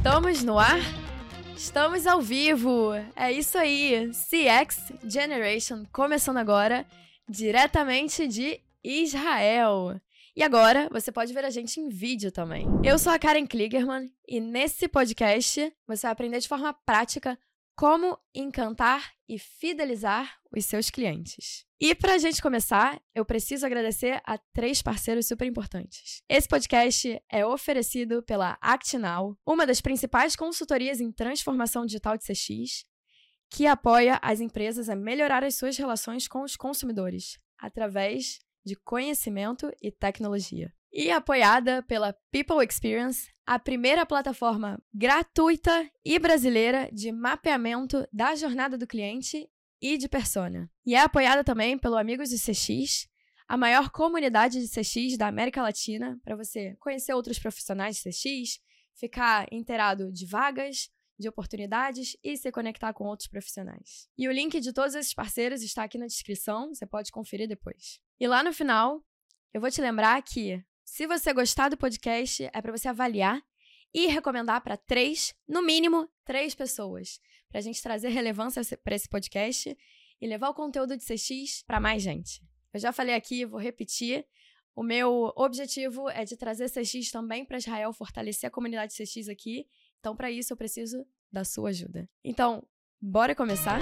Estamos no ar? Estamos ao vivo! É isso aí! CX Generation começando agora, diretamente de Israel. E agora, você pode ver a gente em vídeo também. Eu sou a Karen Kligerman e nesse podcast você vai aprender de forma prática como encantar e fidelizar os seus clientes. E para a gente começar, eu preciso agradecer a 3 parceiros super importantes. Esse podcast é oferecido pela ActNow, uma das principais consultorias em transformação digital de CX, que apoia as empresas a melhorar as suas relações com os consumidores, através de conhecimento e tecnologia. E apoiada pela People Experience, a primeira plataforma gratuita e brasileira de mapeamento da jornada do cliente e de persona. E é apoiada também pelo Amigos de CX, a maior comunidade de CX da América Latina, para você conhecer outros profissionais de CX, ficar inteirado de vagas, de oportunidades e se conectar com outros profissionais. E o link de todos esses parceiros está aqui na descrição, você pode conferir depois. E lá no final, eu vou te lembrar que, se você gostar do podcast, é para você avaliar e recomendar para 3, no mínimo 3 pessoas, para a gente trazer relevância para esse podcast e levar o conteúdo de CX para mais gente. Eu já falei aqui, vou repetir, o meu objetivo é de trazer CX também para Israel, fortalecer a comunidade CX aqui, então para isso eu preciso da sua ajuda. Então, bora começar?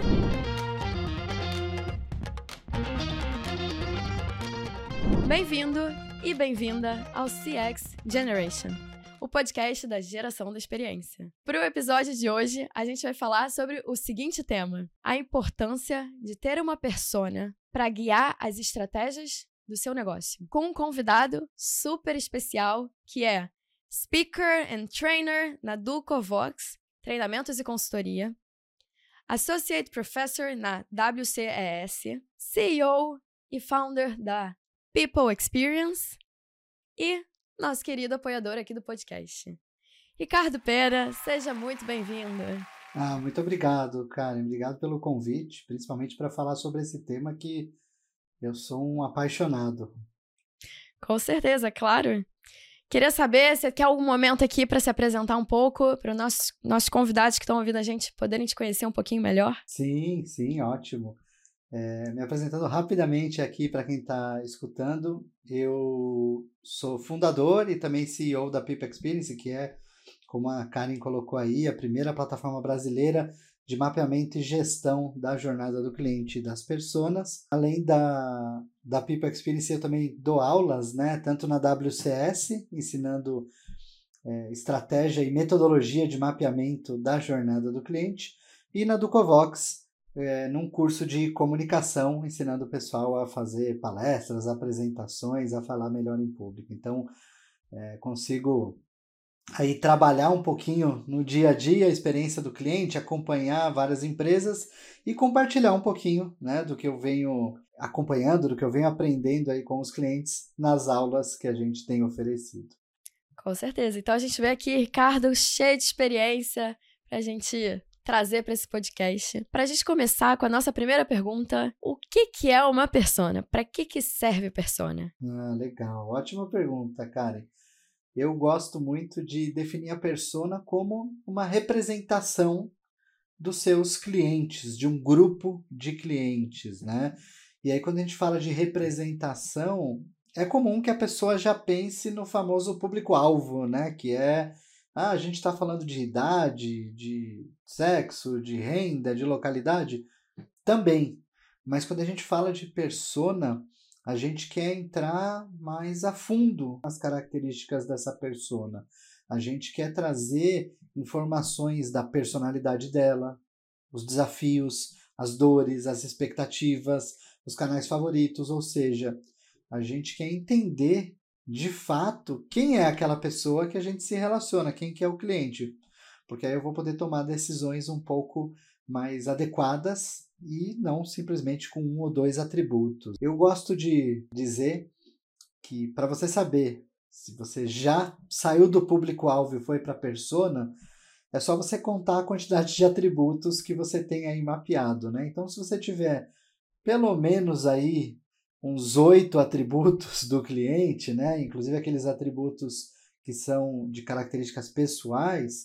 Bem-vindo e bem-vinda ao CX Generation, o podcast da geração da experiência. Para o episódio de hoje, a gente vai falar sobre o seguinte tema: a importância de ter uma persona para guiar as estratégias do seu negócio. Com um convidado super especial, que é Speaker and Trainer na Ducovox, Treinamentos e Consultoria, Associate Professor na WCES, CEO e Founder da People Experience e nosso querido apoiador aqui do podcast. Ricardo Pera, seja muito bem-vindo. Muito obrigado, Karen. Obrigado pelo convite, principalmente para falar sobre esse tema que eu sou um apaixonado. Com certeza, claro. Queria saber se quer algum momento aqui para se apresentar um pouco, para os nossos convidados que estão ouvindo a gente poderem te conhecer um pouquinho melhor. Sim, ótimo. Me apresentando rapidamente aqui para quem está escutando, eu sou fundador e também CEO da People Experience, que é, como a Karen colocou aí, a primeira plataforma brasileira de mapeamento e gestão da jornada do cliente e das personas. Além da People Experience, eu também dou aulas, né, tanto na WCS, ensinando estratégia e metodologia de mapeamento da jornada do cliente, e na Ducovox, num curso de comunicação, ensinando o pessoal a fazer palestras, apresentações, a falar melhor em público. Então, consigo aí trabalhar um pouquinho no dia a dia a experiência do cliente, acompanhar várias empresas e compartilhar um pouquinho, né, do que eu venho acompanhando, do que eu venho aprendendo aí com os clientes nas aulas que a gente tem oferecido. Com certeza. Então a gente vê aqui, Ricardo, cheio de experiência para a gente trazer para esse podcast. Para a gente começar com a nossa primeira pergunta, o que é uma persona? Para que serve persona? Legal, ótima pergunta, Karen. Eu gosto muito de definir a persona como uma representação dos seus clientes, de um grupo de clientes, né? E aí quando a gente fala de representação, é comum que a pessoa já pense no famoso público-alvo, né? Que é, a gente está falando de idade, de sexo, de renda, de localidade, também. Mas quando a gente fala de persona, a gente quer entrar mais a fundo nas características dessa persona. A gente quer trazer informações da personalidade dela, os desafios, as dores, as expectativas, os canais favoritos, ou seja, a gente quer entender de fato quem é aquela pessoa que a gente se relaciona, quem que é o cliente, porque aí eu vou poder tomar decisões um pouco mais adequadas e não simplesmente com 1 ou 2 atributos. Eu gosto de dizer que para você saber se você já saiu do público-alvo e foi para a persona, é só você contar a quantidade de atributos que você tem aí mapeado, né? Então, se você tiver pelo menos aí uns 8 atributos do cliente, né? Inclusive aqueles atributos que são de características pessoais,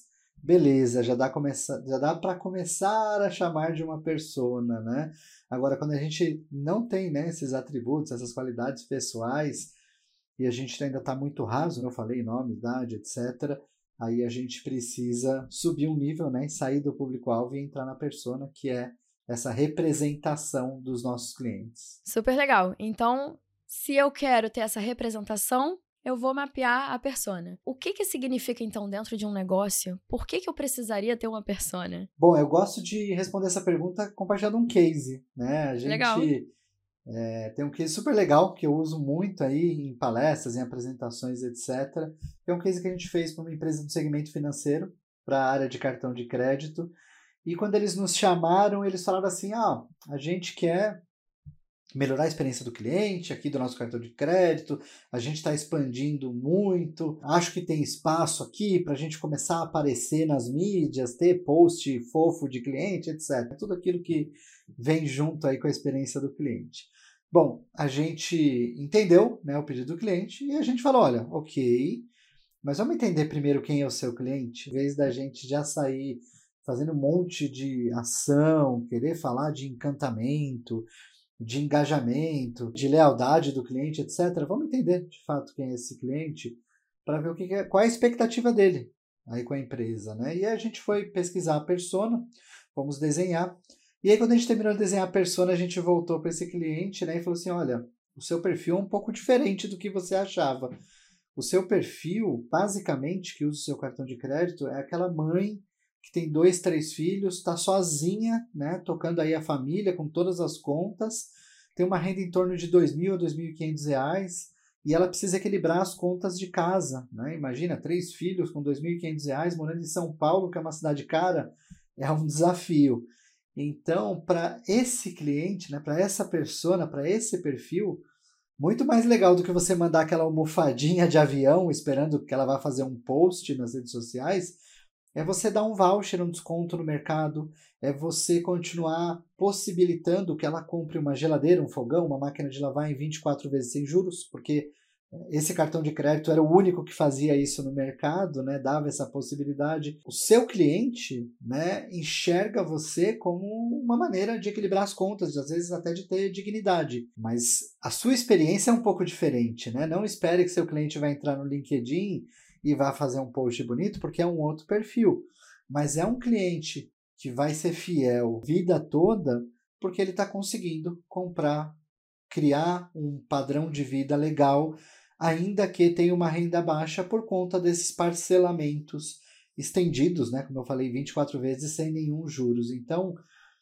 beleza, já dá para começar a chamar de uma persona, né? Agora, quando a gente não tem, né, esses atributos, essas qualidades pessoais, e a gente ainda está muito raso, né? Eu falei nome, idade, etc., aí a gente precisa subir um nível, né, e sair do público-alvo e entrar na persona, que é essa representação dos nossos clientes. Super legal. Então, se eu quero ter essa representação, eu vou mapear a persona. O que significa, então, dentro de um negócio? Por que eu precisaria ter uma persona? Bom, eu gosto de responder essa pergunta compartilhando um case, né? A Legal. gente tem um case super legal que eu uso muito aí em palestras, em apresentações, etc. É um case que a gente fez para uma empresa do segmento financeiro, para a área de cartão de crédito. E quando eles nos chamaram, eles falaram assim, a gente quer melhorar a experiência do cliente aqui do nosso cartão de crédito, a gente está expandindo muito, acho que tem espaço aqui para a gente começar a aparecer nas mídias, ter post fofo de cliente, etc. Tudo aquilo que vem junto aí com a experiência do cliente. Bom, a gente entendeu, né, o pedido do cliente e a gente falou, olha, ok, mas vamos entender primeiro quem é o seu cliente, em vez da gente já sair fazendo um monte de ação, querer falar de encantamento, de engajamento, de lealdade do cliente, etc. Vamos entender, de fato, quem é esse cliente para ver qual é a expectativa dele aí com a empresa, né? E aí a gente foi pesquisar a persona, vamos desenhar. E aí, quando a gente terminou de desenhar a persona, a gente voltou para esse cliente, né, e falou assim, olha, o seu perfil é um pouco diferente do que você achava. O seu perfil, basicamente, que usa o seu cartão de crédito, é aquela mãe que tem 2, 3 filhos, está sozinha, né, tocando aí a família com todas as contas, tem uma renda em torno de R$2.000 a R$2.500 e ela precisa equilibrar as contas de casa, né? Imagina, 3 filhos com R$2.500 morando em São Paulo, que é uma cidade cara, é um desafio. Então, para esse cliente, né, para essa persona, para esse perfil, muito mais legal do que você mandar aquela almofadinha de avião esperando que ela vá fazer um post nas redes sociais, é você dar um voucher, um desconto no mercado, é você continuar possibilitando que ela compre uma geladeira, um fogão, uma máquina de lavar em 24 vezes sem juros, porque esse cartão de crédito era o único que fazia isso no mercado, né, dava essa possibilidade. O seu cliente, né, enxerga você como uma maneira de equilibrar as contas, às vezes até de ter dignidade. Mas a sua experiência é um pouco diferente, né? Não espere que seu cliente vai entrar no LinkedIn e vai fazer um post bonito, porque é um outro perfil. Mas é um cliente que vai ser fiel vida toda, porque ele está conseguindo comprar, criar um padrão de vida legal, ainda que tenha uma renda baixa por conta desses parcelamentos estendidos, né? Como eu falei, 24 vezes sem nenhum juros. Então,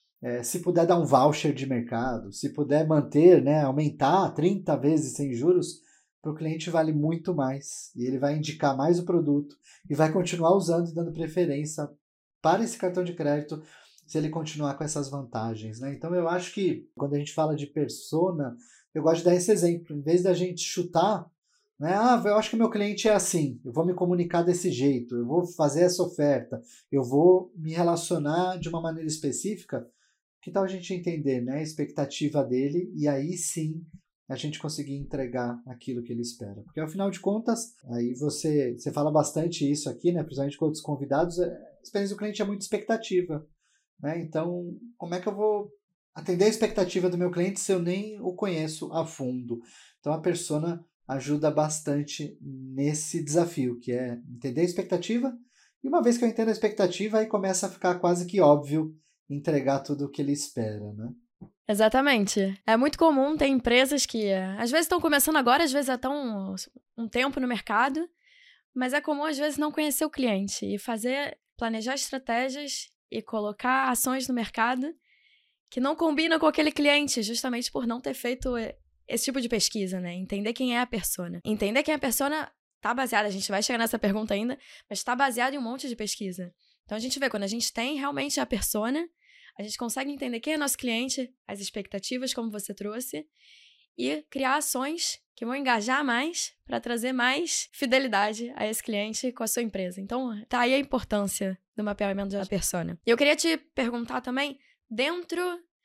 se puder dar um voucher de mercado, se puder manter, né, aumentar 30 vezes sem juros, para o cliente vale muito mais. E ele vai indicar mais o produto e vai continuar usando e dando preferência para esse cartão de crédito se ele continuar com essas vantagens, né? Então eu acho que quando a gente fala de persona, eu gosto de dar esse exemplo. Em vez da gente chutar, né? Eu acho que meu cliente é assim, eu vou me comunicar desse jeito, eu vou fazer essa oferta, eu vou me relacionar de uma maneira específica. Que tal a gente entender, né, a expectativa dele e aí sim a gente conseguir entregar aquilo que ele espera. Porque, afinal de contas, aí você fala bastante isso aqui, né, principalmente com outros convidados, a experiência do cliente é muito expectativa. Né? Então, como é que eu vou atender a expectativa do meu cliente se eu nem o conheço a fundo? Então, a persona ajuda bastante nesse desafio, que é entender a expectativa, e uma vez que eu entendo a expectativa, aí começa a ficar quase que óbvio entregar tudo o que ele espera, né? Exatamente. É muito comum ter empresas que às vezes estão começando agora, às vezes já estão um tempo no mercado, mas é comum às vezes não conhecer o cliente e planejar estratégias e colocar ações no mercado que não combinam com aquele cliente, justamente por não ter feito esse tipo de pesquisa, né? Entender quem é a persona. Entender quem é a persona tá baseada, a gente vai chegar nessa pergunta ainda, mas está baseado em um monte de pesquisa. Então a gente vê, quando a gente tem realmente a persona, a gente consegue entender quem é nosso cliente, as expectativas, como você trouxe, e criar ações que vão engajar mais para trazer mais fidelidade a esse cliente com a sua empresa. Então, tá aí a importância do mapeamento da persona. E eu queria te perguntar também, dentro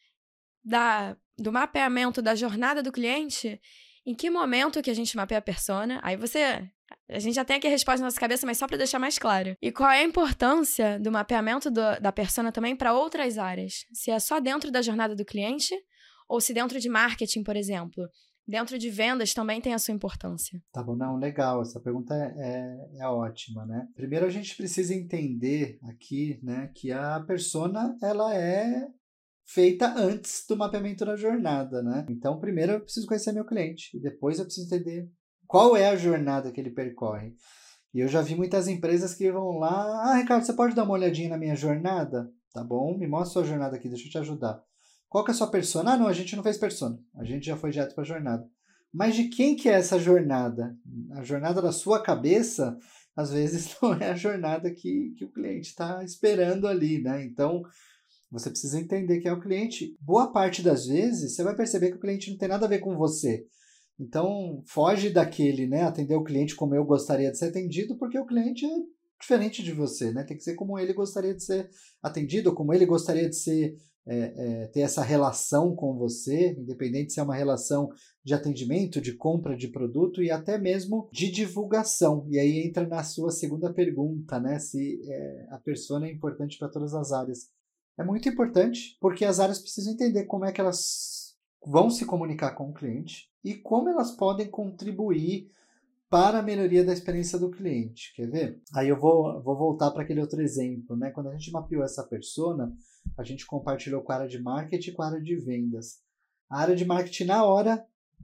do mapeamento da jornada do cliente, em que momento que a gente mapeia a persona? Aí você A gente já tem aqui a resposta na nossa cabeça, mas só para deixar mais claro. E qual é a importância do mapeamento da persona também para outras áreas? Se é só dentro da jornada do cliente ou se dentro de marketing, por exemplo. Dentro de vendas também tem a sua importância. Tá bom, não, legal, essa pergunta é ótima, né? Primeiro a gente precisa entender aqui, né, que a persona, ela é feita antes do mapeamento da jornada, né? Então, primeiro eu preciso conhecer meu cliente e depois eu preciso entender qual é a jornada que ele percorre. E eu já vi muitas empresas que vão lá, Ricardo, você pode dar uma olhadinha na minha jornada? Tá bom, me mostra a sua jornada aqui, deixa eu te ajudar. Qual que é a sua persona? Ah, não, a gente não fez persona, a gente já foi direto para a jornada. Mas de quem que é essa jornada? A jornada da sua cabeça, às vezes não é a jornada que o cliente está esperando ali, né? Então, você precisa entender quem é o cliente. Boa parte das vezes, você vai perceber que o cliente não tem nada a ver com você. Então, foge daquele, né? Atender o cliente como eu gostaria de ser atendido, porque o cliente é diferente de você, né? Tem que ser como ele gostaria de ser atendido, como ele gostaria de ser, ter essa relação com você, independente se é uma relação de atendimento, de compra de produto e até mesmo de divulgação. E aí entra na sua segunda pergunta, né? Se a persona é importante para todas as áreas. É muito importante, porque as áreas precisam entender como é que elas vão se comunicar com o cliente e como elas podem contribuir para a melhoria da experiência do cliente. Quer ver? Aí eu vou voltar para aquele outro exemplo, né? Quando a gente mapeou essa persona, a gente compartilhou com a área de marketing e com a área de vendas. A área de marketing, na hora,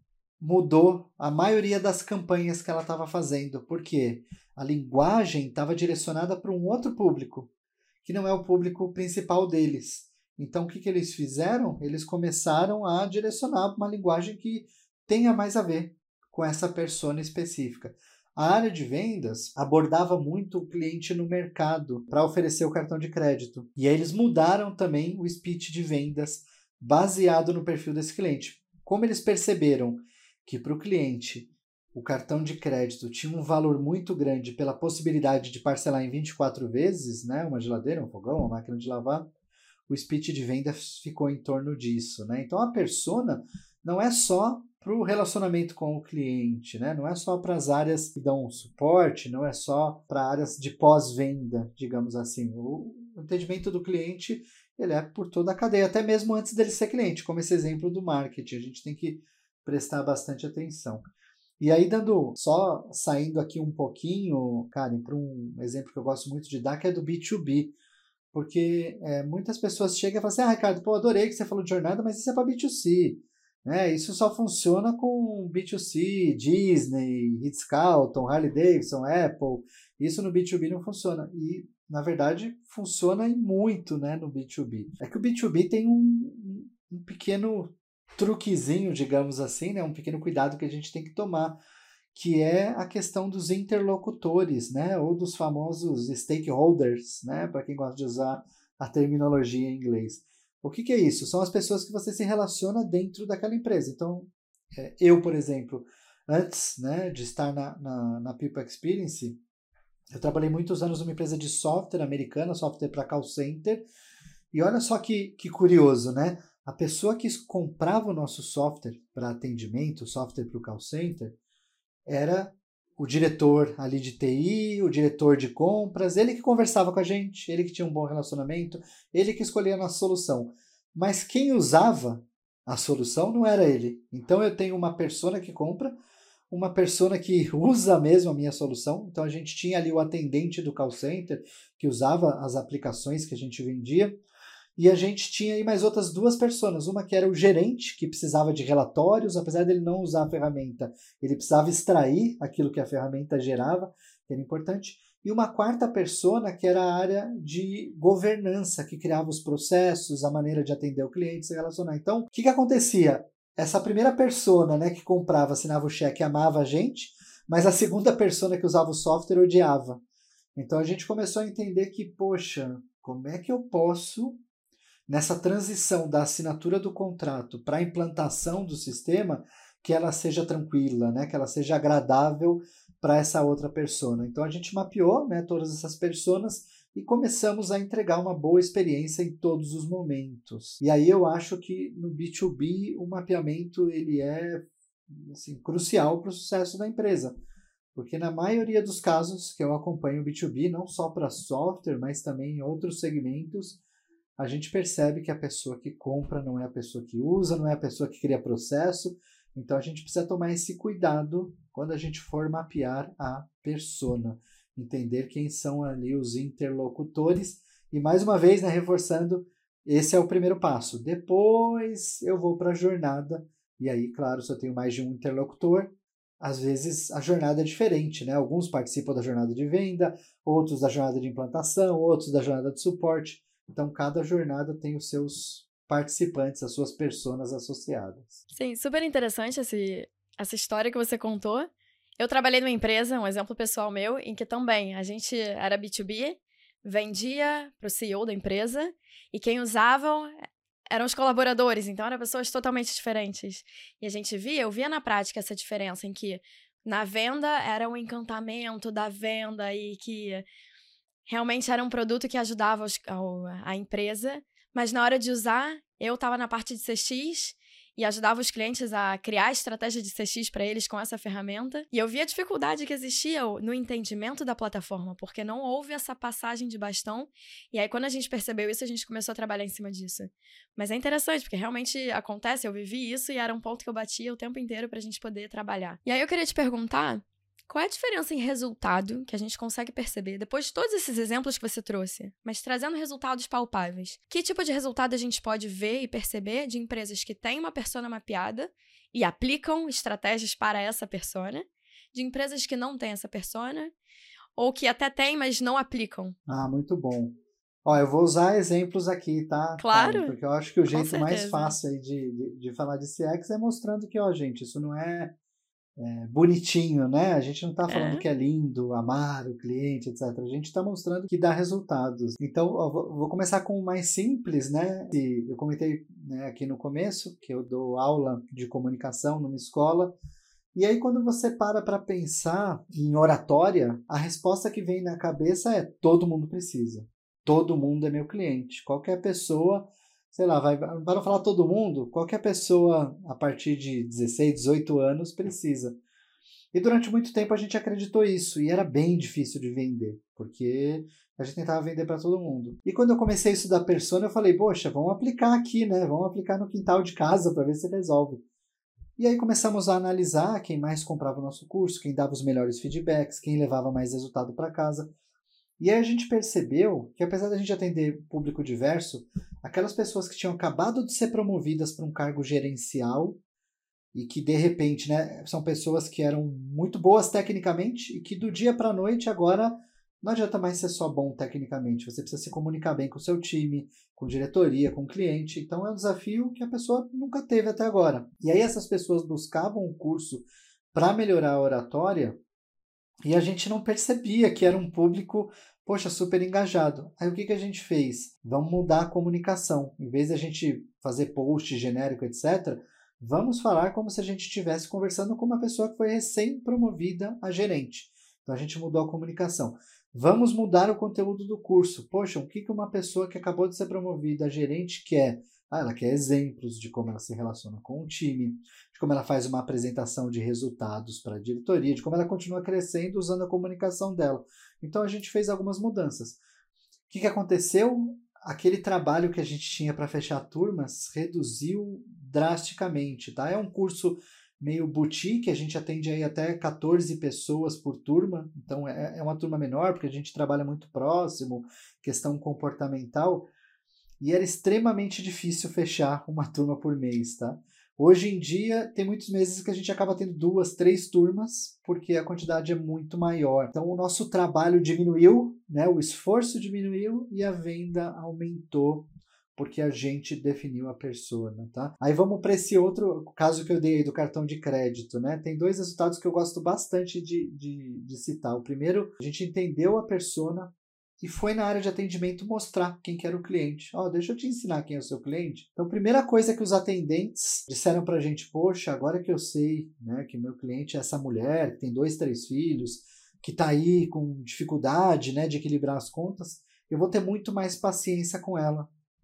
mudou a maioria das campanhas que ela estava fazendo, porque a linguagem estava direcionada para um outro público, que não é o público principal deles. Então, o que eles fizeram? Eles começaram a direcionar uma linguagem que tenha mais a ver com essa persona específica. A área de vendas abordava muito o cliente no mercado para oferecer o cartão de crédito. E aí eles mudaram também o speech de vendas baseado no perfil desse cliente. Como eles perceberam que para o cliente o cartão de crédito tinha um valor muito grande pela possibilidade de parcelar em 24 vezes, né? Uma geladeira, um fogão, uma máquina de lavar, o speech de venda ficou em torno disso, né? Então a persona não é só para o relacionamento com o cliente, né? Não é só para as áreas que dão suporte, não é só para áreas de pós-venda, digamos assim. O entendimento do cliente, ele é por toda a cadeia, até mesmo antes dele ser cliente, como esse exemplo do marketing. A gente tem que prestar bastante atenção. E aí, só saindo aqui um pouquinho, Karen, para um exemplo que eu gosto muito de dar, que é do B2B. Porque muitas pessoas chegam e falam assim, Ricardo, pô, adorei que você falou de jornada, mas isso é para B2C. Né? Isso só funciona com B2C, Disney, Ritz-Carlton, Harley-Davidson, Apple. Isso no B2B não funciona. E, na verdade, funciona muito, né, no B2B. É que o B2B tem um pequeno truquezinho, digamos assim, né? Um pequeno cuidado que a gente tem que tomar, que é a questão dos interlocutores, né? Ou dos famosos stakeholders, né? Para quem gosta de usar a terminologia em inglês. O que é isso? São as pessoas que você se relaciona dentro daquela empresa. Então, eu, por exemplo, antes, né, de estar na People Experience, eu trabalhei muitos anos numa empresa de software americana, software para call center, e olha só que curioso, né? A pessoa que comprava o nosso software para atendimento, software para o call center, era o diretor ali de TI, o diretor de compras, ele que conversava com a gente, ele que tinha um bom relacionamento, ele que escolhia a nossa solução. Mas quem usava a solução não era ele. Então eu tenho uma persona que compra, uma persona que usa mesmo a minha solução. Então a gente tinha ali o atendente do call center que usava as aplicações que a gente vendia. E a gente tinha aí mais outras duas pessoas. Uma que era o gerente, que precisava de relatórios, apesar dele não usar a ferramenta, ele precisava extrair aquilo que a ferramenta gerava, que era importante. E uma quarta persona, que era a área de governança, que criava os processos, a maneira de atender o cliente, se relacionar. Então, o que acontecia? Essa primeira persona, né, que comprava, assinava o cheque, amava a gente, mas a segunda persona que usava o software odiava. Então a gente começou a entender que, poxa, como é que eu posso, nessa transição da assinatura do contrato para a implantação do sistema, que ela seja tranquila, né? Que ela seja agradável para essa outra persona. Então a gente mapeou, né, todas essas personas e começamos a entregar uma boa experiência em todos os momentos. E aí eu acho que no B2B o mapeamento ele é assim, crucial para o sucesso da empresa. Porque na maioria dos casos que eu acompanho o B2B, não só para software, mas também em outros segmentos, a gente percebe que a pessoa que compra não é a pessoa que usa, não é a pessoa que cria processo. Então a gente precisa tomar esse cuidado quando a gente for mapear a persona, entender quem são ali os interlocutores. E mais uma vez, né, reforçando, esse é o primeiro passo. Depois eu vou para a jornada, e aí, claro, se eu tenho mais de um interlocutor, às vezes a jornada é diferente, né? Alguns participam da jornada de venda, outros da jornada de implantação, outros da jornada de suporte. Então, cada jornada tem os seus participantes, as suas personas associadas. Sim, super interessante essa história que você contou. Eu trabalhei numa empresa, um exemplo pessoal meu, em que também a gente era B2B, vendia para o CEO da empresa, e quem usavam eram os colaboradores, então eram pessoas totalmente diferentes. E eu via na prática essa diferença, em que na venda era um encantamento da venda e que realmente era um produto que ajudava a empresa, mas na hora de usar, eu estava na parte de CX e ajudava os clientes a criar a estratégia de CX para eles com essa ferramenta. E eu vi a dificuldade que existia no entendimento da plataforma, porque não houve essa passagem de bastão. E aí, quando a gente percebeu isso, a gente começou a trabalhar em cima disso. Mas é interessante, porque realmente acontece, eu vivi isso e era um ponto que eu batia o tempo inteiro para a gente poder trabalhar. E aí, eu queria te perguntar, qual é a diferença em resultado que a gente consegue perceber depois de todos esses exemplos que você trouxe, mas trazendo resultados palpáveis? Que tipo de resultado a gente pode ver e perceber de empresas que têm uma persona mapeada e aplicam estratégias para essa persona, de empresas que não têm essa persona, ou que até têm, mas não aplicam? Ah, muito bom. Ó, eu vou usar exemplos aqui, tá? Claro, Karen? Porque eu acho que o com jeito mais certeza. fácil aí de falar de CX é mostrando que, ó, gente, isso não é bonitinho, né? A gente não está falando que é lindo, amar o cliente, etc. A gente está mostrando que dá resultados. Então, ó, vou começar com o mais simples, né? Eu comentei, né, aqui no começo que eu dou aula de comunicação numa escola. E aí, quando você para pensar em oratória, a resposta que vem na cabeça é: todo mundo precisa. Todo mundo é meu cliente. Qualquer pessoa, sei lá, para não falar todo mundo, qualquer pessoa a partir de 16, 18 anos precisa. E durante muito tempo a gente acreditou isso, e era bem difícil de vender, porque a gente tentava vender para todo mundo. E quando eu comecei a estudar persona, eu falei, poxa, vamos aplicar aqui, né? Vamos aplicar no quintal de casa para ver se resolve. E aí começamos a analisar quem mais comprava o nosso curso, quem dava os melhores feedbacks, quem levava mais resultado para casa. E aí a gente percebeu que, apesar da gente atender público diverso, aquelas pessoas que tinham acabado de ser promovidas para um cargo gerencial e que, de repente, né, são pessoas que eram muito boas tecnicamente e que do dia para a noite agora não adianta mais ser só bom tecnicamente. Você precisa se comunicar bem com o seu time, com diretoria, com o cliente. Então é um desafio que a pessoa nunca teve até agora. E aí essas pessoas buscavam um curso para melhorar a oratória e a gente não percebia que era um público, poxa, super engajado. Aí o que a gente fez? Vamos mudar a comunicação. Em vez de a gente fazer post genérico, etc., vamos falar como se a gente estivesse conversando com uma pessoa que foi recém-promovida a gerente. Então a gente mudou a comunicação. Vamos mudar o conteúdo do curso. Poxa, o que uma pessoa que acabou de ser promovida a gerente quer? Ela quer exemplos de como ela se relaciona com o time, de como ela faz uma apresentação de resultados para a diretoria, de como ela continua crescendo usando a comunicação dela. Então a gente fez algumas mudanças. O que aconteceu? Aquele trabalho que a gente tinha para fechar turmas reduziu drasticamente, tá? É um curso meio boutique, a gente atende aí até 14 pessoas por turma, então é uma turma menor, porque a gente trabalha muito próximo, questão comportamental, e era extremamente difícil fechar uma turma por mês, tá? Hoje em dia, tem muitos meses que a gente acaba tendo 2, 3 turmas, porque a quantidade é muito maior. Então, o nosso trabalho diminuiu, né? O esforço diminuiu e a venda aumentou, porque a gente definiu a persona, tá? Aí vamos para esse outro caso que eu dei aí do cartão de crédito, né? Tem 2 resultados que eu gosto bastante de citar. O primeiro, a gente entendeu a persona e foi na área de atendimento mostrar quem que era o cliente. Deixa eu te ensinar quem é o seu cliente. Então, a primeira coisa que os atendentes disseram pra gente, poxa, agora que eu sei, né, que meu cliente é essa mulher, que tem 2, 3 filhos, que tá aí com dificuldade, né, de equilibrar as contas, eu vou ter muito mais paciência com ela.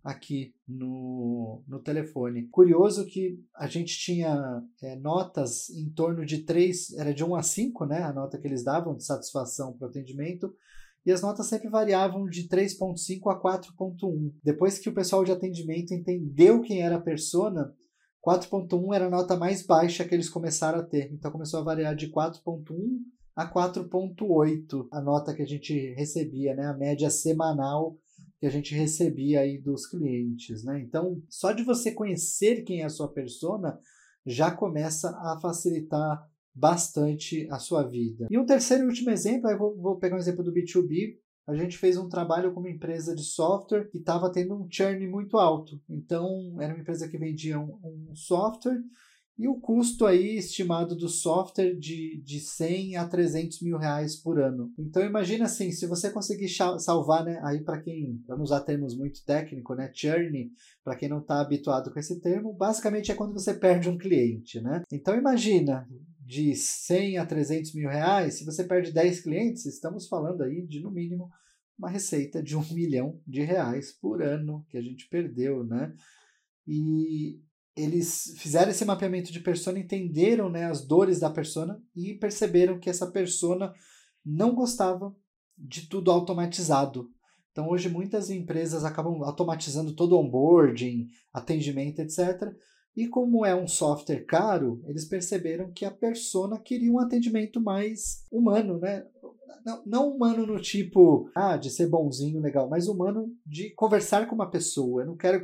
aqui no telefone. Curioso que a gente tinha notas em torno de 3, era de 1 a 5, né, a nota que eles davam de satisfação para o atendimento, e as notas sempre variavam de 3.5 a 4.1. Depois que o pessoal de atendimento entendeu quem era a persona, 4.1 era a nota mais baixa que eles começaram a ter. Então começou a variar de 4.1 a 4.8 a nota que a gente recebia, né, a média semanal que a gente recebia aí dos clientes, né? Então, só de você conhecer quem é a sua persona, já começa a facilitar bastante a sua vida. E um terceiro e último exemplo, eu vou pegar um exemplo do B2B. A gente fez um trabalho com uma empresa de software que estava tendo um churn muito alto. Então, era uma empresa que vendia um software e o custo aí estimado do software de 100 a 300 mil reais por ano. Então imagina assim, se você conseguir salvar, né, aí para não usar termos muito técnicos, né, churn, para quem não está habituado com esse termo, basicamente é quando você perde um cliente, né? Então imagina, de 100 a 300 mil reais, se você perde 10 clientes, estamos falando aí de no mínimo uma receita de R$1 milhão por ano que a gente perdeu, né? E eles fizeram esse mapeamento de persona, entenderam, né, as dores da persona e perceberam que essa persona não gostava de tudo automatizado. Então, hoje, muitas empresas acabam automatizando todo o onboarding, atendimento, etc. E como é um software caro, eles perceberam que a persona queria um atendimento mais humano, né? Não humano no tipo, de ser bonzinho, legal, mas humano de conversar com uma pessoa. Eu não quero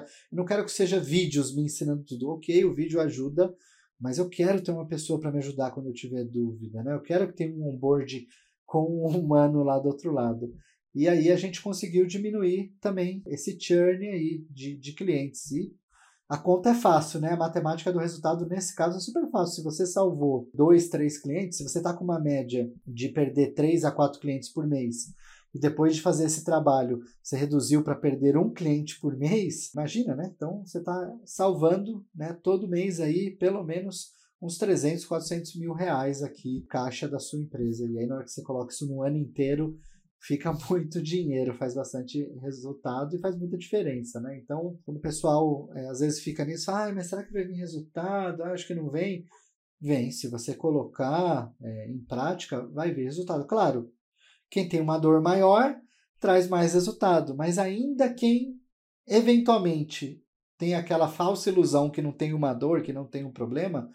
que seja vídeos me ensinando tudo. Ok, o vídeo ajuda, mas eu quero ter uma pessoa para me ajudar quando eu tiver dúvida, né? Eu quero que tenha um onboard com um humano lá do outro lado. E aí a gente conseguiu diminuir também esse churn aí de clientes. E a conta é fácil, né? A matemática do resultado, nesse caso, é super fácil. Se você salvou 2, 3 clientes, se você está com uma média de perder 3 a 4 clientes por mês, e depois de fazer esse trabalho, você reduziu para perder 1 cliente por mês, imagina, né? Então, você está salvando, né, todo mês aí, pelo menos, uns 300, 400 mil reais aqui, caixa da sua empresa. E aí, na hora que você coloca isso no ano inteiro, fica muito dinheiro, faz bastante resultado e faz muita diferença, né? Então, quando o pessoal às vezes fica nisso, mas será que vai vir resultado? Acho que não vem. Vem, se você colocar em prática, vai vir resultado. Claro, quem tem uma dor maior traz mais resultado, mas ainda quem eventualmente tem aquela falsa ilusão que não tem uma dor, que não tem um problema,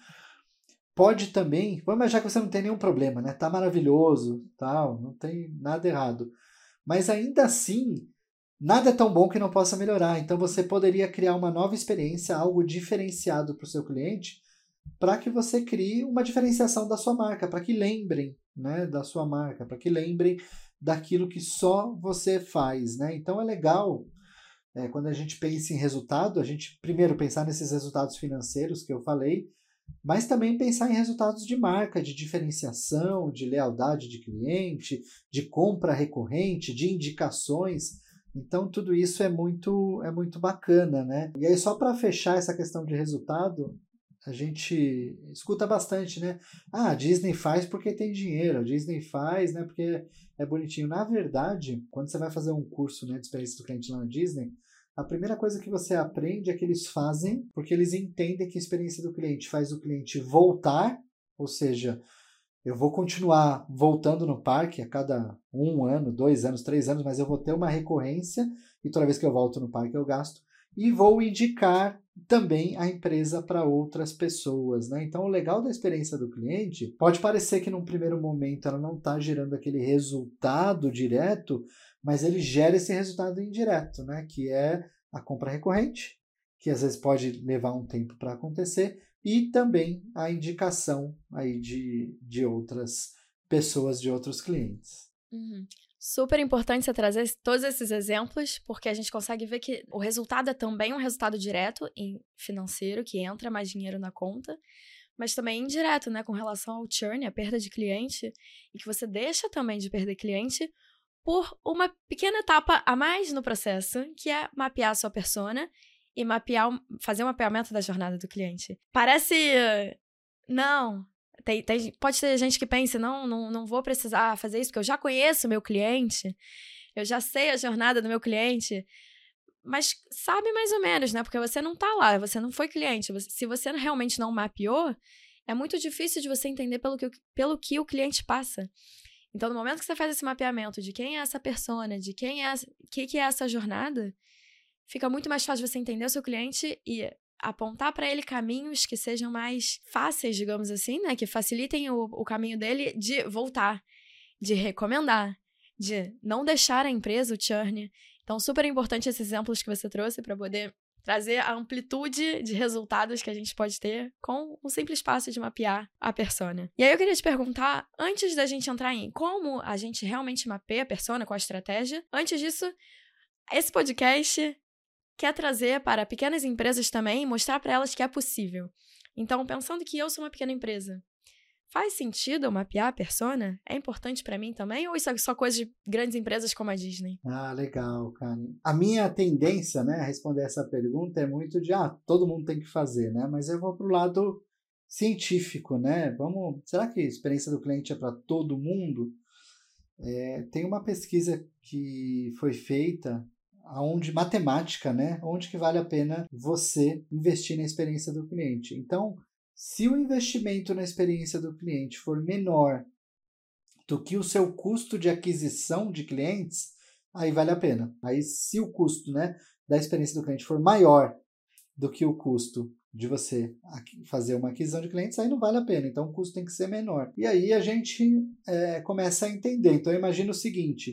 pode também, vamos imaginar que você não tem nenhum problema, né? Tá maravilhoso, tal, não tem nada errado. Mas ainda assim, nada é tão bom que não possa melhorar. Então você poderia criar uma nova experiência, algo diferenciado para o seu cliente, para que você crie uma diferenciação da sua marca, para que lembrem, né, da sua marca, para que lembrem daquilo que só você faz, né? Então é legal, quando a gente pensa em resultado, a gente primeiro pensar nesses resultados financeiros que eu falei, mas também pensar em resultados de marca, de diferenciação, de lealdade de cliente, de compra recorrente, de indicações. Então, tudo isso é muito bacana, né? E aí, só para fechar essa questão de resultado, a gente escuta bastante, né? A Disney faz porque tem dinheiro, a Disney faz, né, porque é bonitinho. Na verdade, quando você vai fazer um curso, né, de experiência do cliente lá na Disney, a primeira coisa que você aprende é que eles fazem porque eles entendem que a experiência do cliente faz o cliente voltar, ou seja, eu vou continuar voltando no parque a cada 1 ano, 2 anos, 3 anos, mas eu vou ter uma recorrência e toda vez que eu volto no parque eu gasto e vou indicar também a empresa para outras pessoas, né? Então, o legal da experiência do cliente pode parecer que num primeiro momento ela não está gerando aquele resultado direto, mas ele gera esse resultado indireto, né? Que é a compra recorrente, que às vezes pode levar um tempo para acontecer, e também a indicação aí de outras pessoas, de outros clientes. Uhum. Super importante você trazer todos esses exemplos, porque a gente consegue ver que o resultado é também um resultado direto em financeiro, que entra mais dinheiro na conta, mas também indireto, né, com relação ao churn, a perda de cliente, e que você deixa também de perder cliente por uma pequena etapa a mais no processo, que é mapear a sua persona e fazer um mapeamento da jornada do cliente. Parece... Não... Pode ter gente que pense, não vou precisar fazer isso, porque eu já conheço o meu cliente, eu já sei a jornada do meu cliente, mas sabe mais ou menos, né? Porque você não tá lá, você não foi cliente. Se você realmente não mapeou, é muito difícil de você entender pelo que o cliente passa. Então, no momento que você faz esse mapeamento de quem é essa persona, de quem é, que é essa jornada, fica muito mais fácil você entender o seu cliente e apontar para ele caminhos que sejam mais fáceis, digamos assim, né? Que facilitem o caminho dele de voltar, de recomendar, de não deixar a empresa, o churn. Então, super importante esses exemplos que você trouxe para poder trazer a amplitude de resultados que a gente pode ter com um simples passo de mapear a persona. E aí eu queria te perguntar, antes da gente entrar em como a gente realmente mapeia a persona com a estratégia, antes disso, esse podcast quer trazer para pequenas empresas também, mostrar para elas que é possível. Então, pensando que eu sou uma pequena empresa, faz sentido eu mapear a persona? É importante para mim também? Ou isso é só coisa de grandes empresas como a Disney? Ah, legal, Karen. A minha tendência, né, a responder essa pergunta é muito de, todo mundo tem que fazer, né? Mas eu vou para o lado científico, né? Será que a experiência do cliente é para todo mundo? Tem uma pesquisa que foi feita matemática, né? Onde que vale a pena você investir na experiência do cliente. Então, se o investimento na experiência do cliente for menor do que o seu custo de aquisição de clientes, aí vale a pena. Aí, se o custo, né, da experiência do cliente for maior do que o custo de você fazer uma aquisição de clientes, aí não vale a pena. Então, o custo tem que ser menor. E aí a gente começa a entender. Então, imagina o seguinte,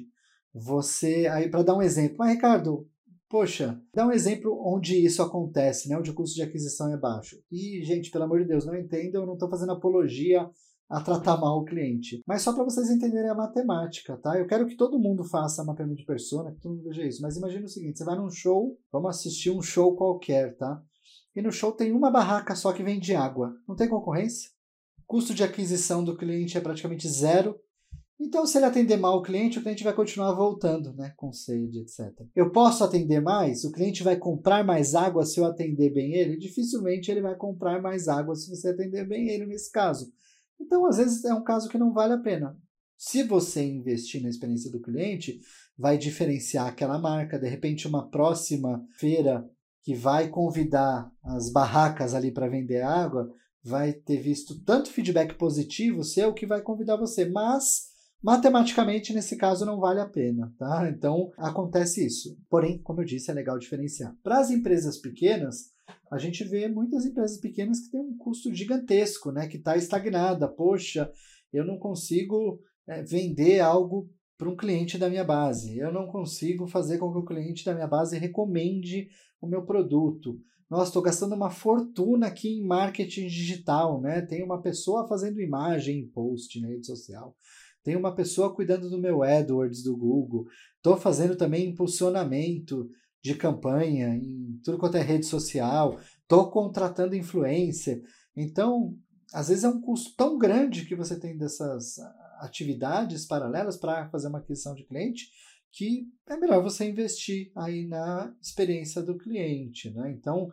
aí para dar um exemplo, mas Ricardo, poxa, dá um exemplo onde isso acontece, né, onde o custo de aquisição é baixo. E, gente, pelo amor de Deus, não entendam, eu não estou fazendo apologia a tratar mal o cliente. Mas só para vocês entenderem a matemática, tá? Eu quero que todo mundo faça mapeamento de persona, que todo mundo veja isso. Mas imagina o seguinte, você vai num show, vamos assistir um show qualquer, tá? E no show tem uma barraca só que vende água. Não tem concorrência. O custo de aquisição do cliente é praticamente zero. Então, se ele atender mal o cliente vai continuar voltando, né? Com sede, etc. Eu posso atender mais? O cliente vai comprar mais água se eu atender bem ele? Dificilmente ele vai comprar mais água se você atender bem ele nesse caso. Então, às vezes, é um caso que não vale a pena. Se você investir na experiência do cliente, vai diferenciar aquela marca. De repente, uma próxima feira que vai convidar as barracas ali para vender água, vai ter visto tanto feedback positivo seu que vai convidar você. Mas, matematicamente, nesse caso, não vale a pena, tá? Então, acontece isso. Porém, como eu disse, é legal diferenciar. Para as empresas pequenas, a gente vê muitas empresas pequenas que têm um custo gigantesco, né? Que está estagnada. Poxa, eu não consigo vender algo para um cliente da minha base. Eu não consigo fazer com que o cliente da minha base recomende o meu produto. Nossa, estou gastando uma fortuna aqui em marketing digital, né? Tem uma pessoa fazendo imagem, post na rede social. Tem uma pessoa cuidando do meu AdWords do Google. Estou fazendo também impulsionamento de campanha em tudo quanto é rede social. Estou contratando influencer. Então, às vezes é um custo tão grande que você tem dessas atividades paralelas para fazer uma aquisição de cliente que é melhor você investir aí na experiência do cliente, né? Então,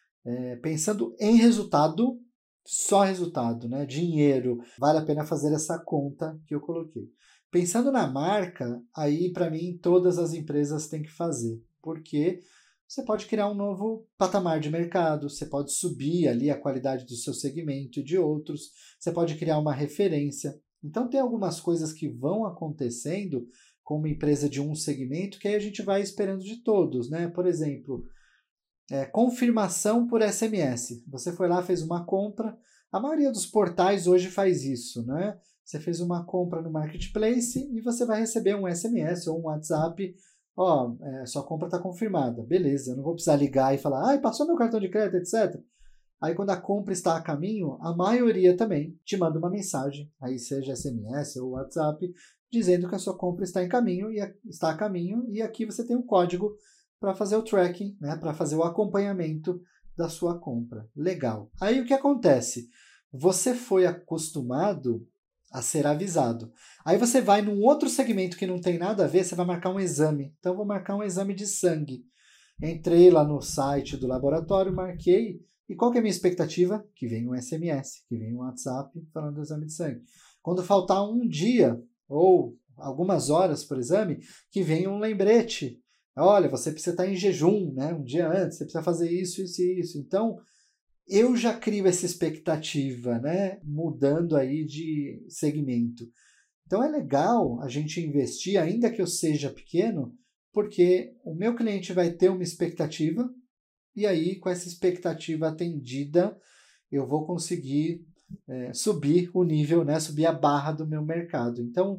pensando em resultado, só resultado, né? Dinheiro, vale a pena fazer essa conta que eu coloquei. Pensando na marca, aí para mim todas as empresas têm que fazer, porque você pode criar um novo patamar de mercado, você pode subir ali a qualidade do seu segmento e de outros, você pode criar uma referência. Então tem algumas coisas que vão acontecendo com uma empresa de um segmento que aí a gente vai esperando de todos, né? Por exemplo, confirmação por SMS. Você foi lá, fez uma compra. A maioria dos portais hoje faz isso, né? Você fez uma compra no Marketplace e você vai receber um SMS ou um WhatsApp. Sua compra está confirmada. Beleza, eu não vou precisar ligar e falar, passou meu cartão de crédito, etc. Aí quando a compra está a caminho, a maioria também te manda uma mensagem, aí seja SMS ou WhatsApp, dizendo que a sua compra está a caminho e aqui você tem um código para fazer o tracking, né, para fazer o acompanhamento da sua compra. Legal. Aí o que acontece? Você foi acostumado a ser avisado. Aí você vai num outro segmento que não tem nada a ver, você vai marcar um exame. Então eu vou marcar um exame de sangue. Entrei lá no site do laboratório, marquei, e qual que é a minha expectativa? Que venha um SMS, que venha um WhatsApp falando do exame de sangue. Quando faltar um dia ou algumas horas para o exame, que venha um lembrete Olha, você precisa estar em jejum, né? Um dia antes, você precisa fazer isso, isso e isso. Então, eu já crio essa expectativa, né? Mudando aí de segmento. Então, é legal a gente investir, ainda que eu seja pequeno, porque o meu cliente vai ter uma expectativa e aí, com essa expectativa atendida, eu vou conseguir subir o nível, né? Subir a barra do meu mercado. Então,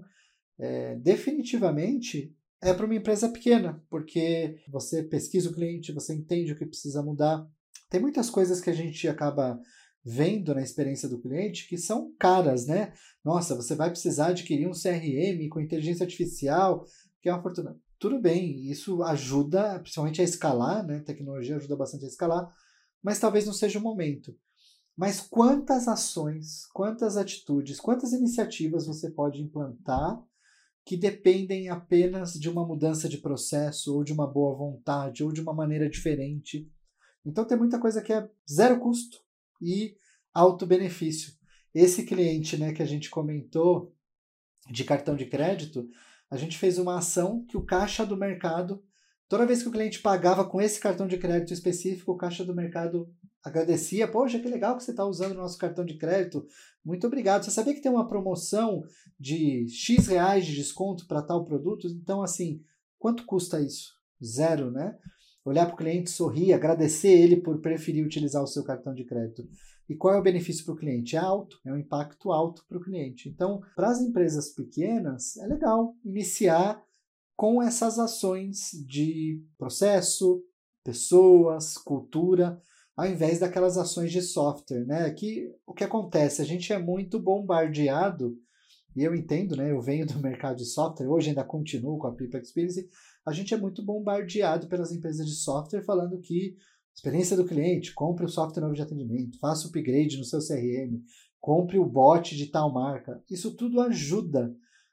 definitivamente é para uma empresa pequena, porque você pesquisa o cliente, você entende o que precisa mudar. Tem muitas coisas que a gente acaba vendo na experiência do cliente que são caras, né? Nossa, você vai precisar adquirir um CRM com inteligência artificial, que é uma fortuna. Tudo bem, isso ajuda, principalmente a escalar, né? A tecnologia ajuda bastante a escalar, mas talvez não seja o momento. Mas quantas ações, quantas atitudes, quantas iniciativas você pode implantar que dependem apenas de uma mudança de processo, ou de uma boa vontade, ou de uma maneira diferente. Então tem muita coisa que é zero custo e alto benefício. Esse cliente, né, que a gente comentou de cartão de crédito, a gente fez uma ação que o caixa do mercado, toda vez que o cliente pagava com esse cartão de crédito específico, o caixa do mercado agradecia. Poxa, que legal que você está usando o nosso cartão de crédito. Muito obrigado. Você sabia que tem uma promoção de X reais de desconto para tal produto? Então, assim, quanto custa isso? Zero, né? Olhar para o cliente, sorrir, agradecer ele por preferir utilizar o seu cartão de crédito. E qual é o benefício para o cliente? É alto, é um impacto alto para o cliente. Então, para as empresas pequenas, é legal iniciar com essas ações de processo, pessoas, cultura, ao invés daquelas ações de software, né? Que o que acontece? A gente é muito bombardeado, e eu entendo, né? Eu venho do mercado de software, hoje ainda continuo com a People Experience, a gente é muito bombardeado pelas empresas de software falando que experiência do cliente, compre o software novo de atendimento, faça o upgrade no seu CRM, compre o bot de tal marca. Isso tudo ajuda,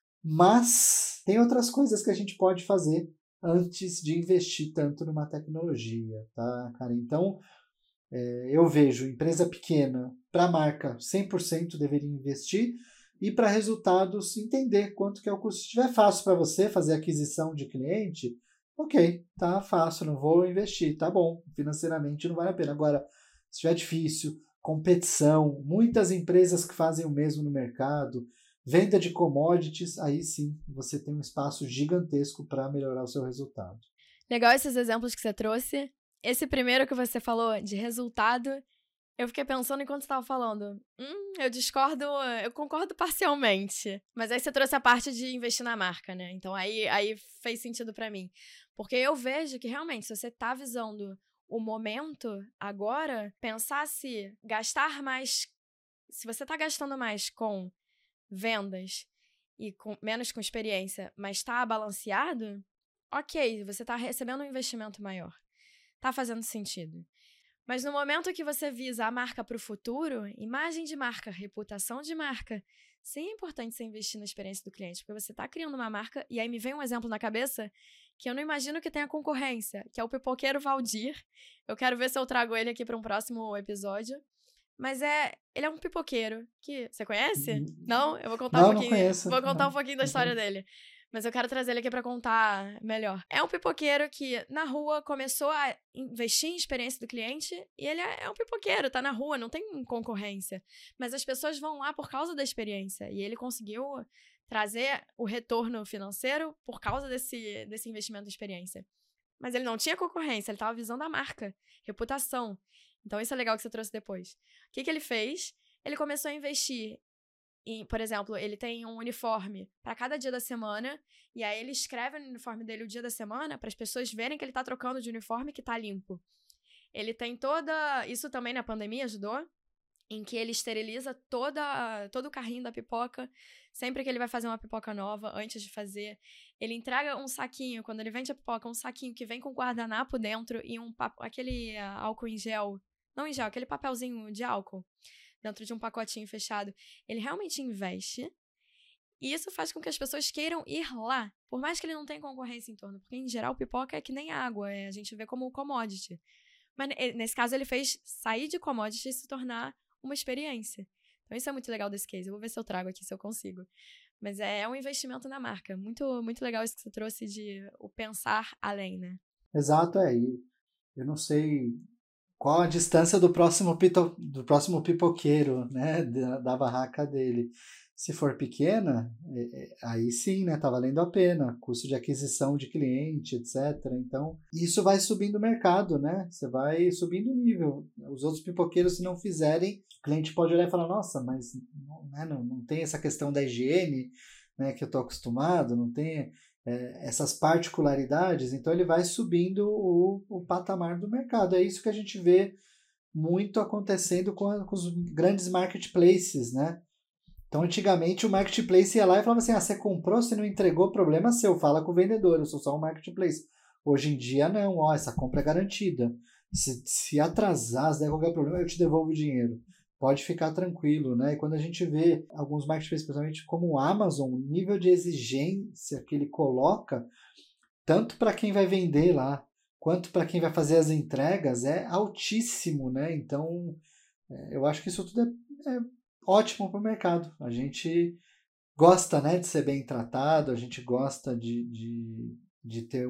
mas tem outras coisas que a gente pode fazer antes de investir tanto numa tecnologia, tá, cara? Então, eu vejo empresa pequena, para marca, 100% deveria investir, e para resultados, entender quanto que é o custo. Se estiver fácil para você fazer aquisição de cliente, ok, tá fácil, não vou investir, tá bom, financeiramente não vale a pena. Agora, se estiver difícil, competição, muitas empresas que fazem o mesmo no mercado, venda de commodities, aí sim você tem um espaço gigantesco para melhorar o seu resultado. Legal esses exemplos que você trouxe. Esse primeiro que você falou de resultado, eu fiquei pensando enquanto você estava falando. Eu discordo, eu concordo parcialmente. Mas aí você trouxe a parte de investir na marca, né? Então aí fez sentido pra mim. Porque eu vejo que realmente, se você tá visando o momento agora, pensar se gastar mais. Se você tá gastando mais com vendas e menos com experiência, mas tá balanceado, ok, você tá recebendo um investimento maior. Tá fazendo sentido. Mas no momento que você visa a marca para o futuro, imagem de marca, reputação de marca, sim, é importante você investir na experiência do cliente, porque você está criando uma marca, e aí me vem um exemplo na cabeça que eu não imagino que tenha concorrência, que é o pipoqueiro Valdir. Eu quero ver se eu trago ele aqui para um próximo episódio. Mas ele é um pipoqueiro que... Você conhece? Não? Eu vou contar um pouquinho. Não conheço. Vou contar um pouquinho da história dele. Mas eu quero trazer ele aqui pra contar melhor. É um pipoqueiro que, na rua, começou a investir em experiência do cliente e ele é um pipoqueiro, tá na rua, não tem concorrência. Mas as pessoas vão lá por causa da experiência e ele conseguiu trazer o retorno financeiro por causa desse investimento em experiência. Mas ele não tinha concorrência, ele tava visando a marca, reputação. Então isso é legal que você trouxe depois. O que ele fez? Ele começou a investir por exemplo, ele tem um uniforme para cada dia da semana, e aí ele escreve no uniforme dele o dia da semana para as pessoas verem que ele tá trocando de uniforme, que tá limpo. Ele tem isso também na pandemia ajudou, em que ele esteriliza todo o carrinho da pipoca, sempre que ele vai fazer uma pipoca nova, antes de fazer. Ele entrega um saquinho, quando ele vende a pipoca, um saquinho que vem com guardanapo dentro e aquele álcool em gel, não em gel, aquele papelzinho de álcool, dentro de um pacotinho fechado. Ele realmente investe. E isso faz com que as pessoas queiram ir lá. Por mais que ele não tenha concorrência em torno. Porque, em geral, pipoca é que nem água. A gente vê como commodity. Mas, nesse caso, ele fez sair de commodity e se tornar uma experiência. Então, isso é muito legal desse case. Eu vou ver se eu trago aqui, se eu consigo. Mas é um investimento na marca. Muito, muito legal isso que você trouxe de o pensar além, né? Exato, eu não sei qual a distância do próximo pipoqueiro, né, da barraca dele. Se for pequena, aí sim, né, tá valendo a pena, custo de aquisição de cliente, etc. Então, isso vai subindo o mercado, né? Você vai subindo o nível. Os outros pipoqueiros, se não fizerem, o cliente pode olhar e falar, nossa, mas não tem essa questão da higiene, né, que eu tô acostumado, não tem essas particularidades, então ele vai subindo o patamar do mercado. É isso que a gente vê muito acontecendo com os grandes marketplaces, né? Então, antigamente, o marketplace ia lá e falava assim, você comprou, se não entregou, problema seu, fala com o vendedor, eu sou só um marketplace. Hoje em dia, não, essa compra é garantida. Se atrasar, se der qualquer problema, eu te devolvo o dinheiro. Pode ficar tranquilo, né? E quando a gente vê alguns marketplaces, principalmente como o Amazon, o nível de exigência que ele coloca, tanto para quem vai vender lá, quanto para quem vai fazer as entregas, é altíssimo, né? Então, eu acho que isso tudo é ótimo para o mercado. A gente gosta, né, de ser bem tratado, a gente gosta de ter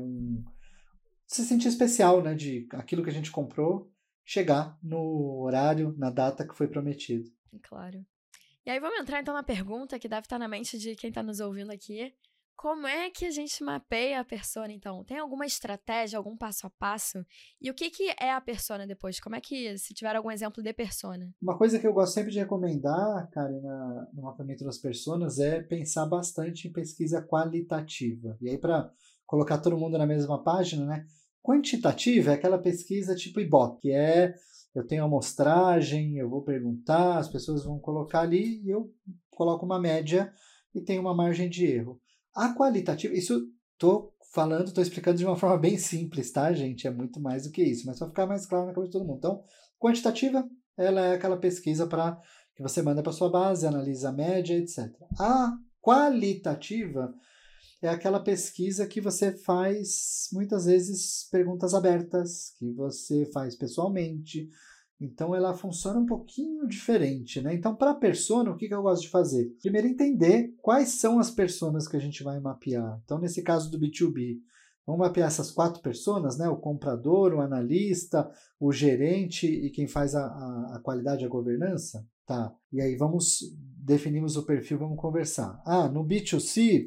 se sentir especial, né, de aquilo que a gente comprou chegar no horário, na data que foi prometido. Claro. E aí vamos entrar então na pergunta que deve estar na mente de quem está nos ouvindo aqui. Como é que a gente mapeia a persona, então? Tem alguma estratégia, algum passo a passo? E o que é a persona depois? Como é que, se tiver algum exemplo de persona? Uma coisa que eu gosto sempre de recomendar, Karen, no mapeamento das personas é pensar bastante em pesquisa qualitativa. E aí, para colocar todo mundo na mesma página, né? Quantitativa é aquela pesquisa tipo Ibope, que eu tenho amostragem, eu vou perguntar, as pessoas vão colocar ali e eu coloco uma média e tenho uma margem de erro. A qualitativa, isso estou explicando de uma forma bem simples, tá, gente? É muito mais do que isso, mas para ficar mais claro na cabeça de todo mundo. Então, quantitativa, ela é aquela pesquisa que você manda para sua base, analisa a média, etc. A qualitativa é aquela pesquisa que você faz, muitas vezes, perguntas abertas, que você faz pessoalmente. Então, ela funciona um pouquinho diferente, né? Então, para a persona, o que eu gosto de fazer? Primeiro, entender quais são as personas que a gente vai mapear. Então, nesse caso do B2B, vamos mapear essas 4 personas, né? O comprador, o analista, o gerente e quem faz a qualidade e a governança. Tá. E aí, definimos o perfil, vamos conversar. No B2C,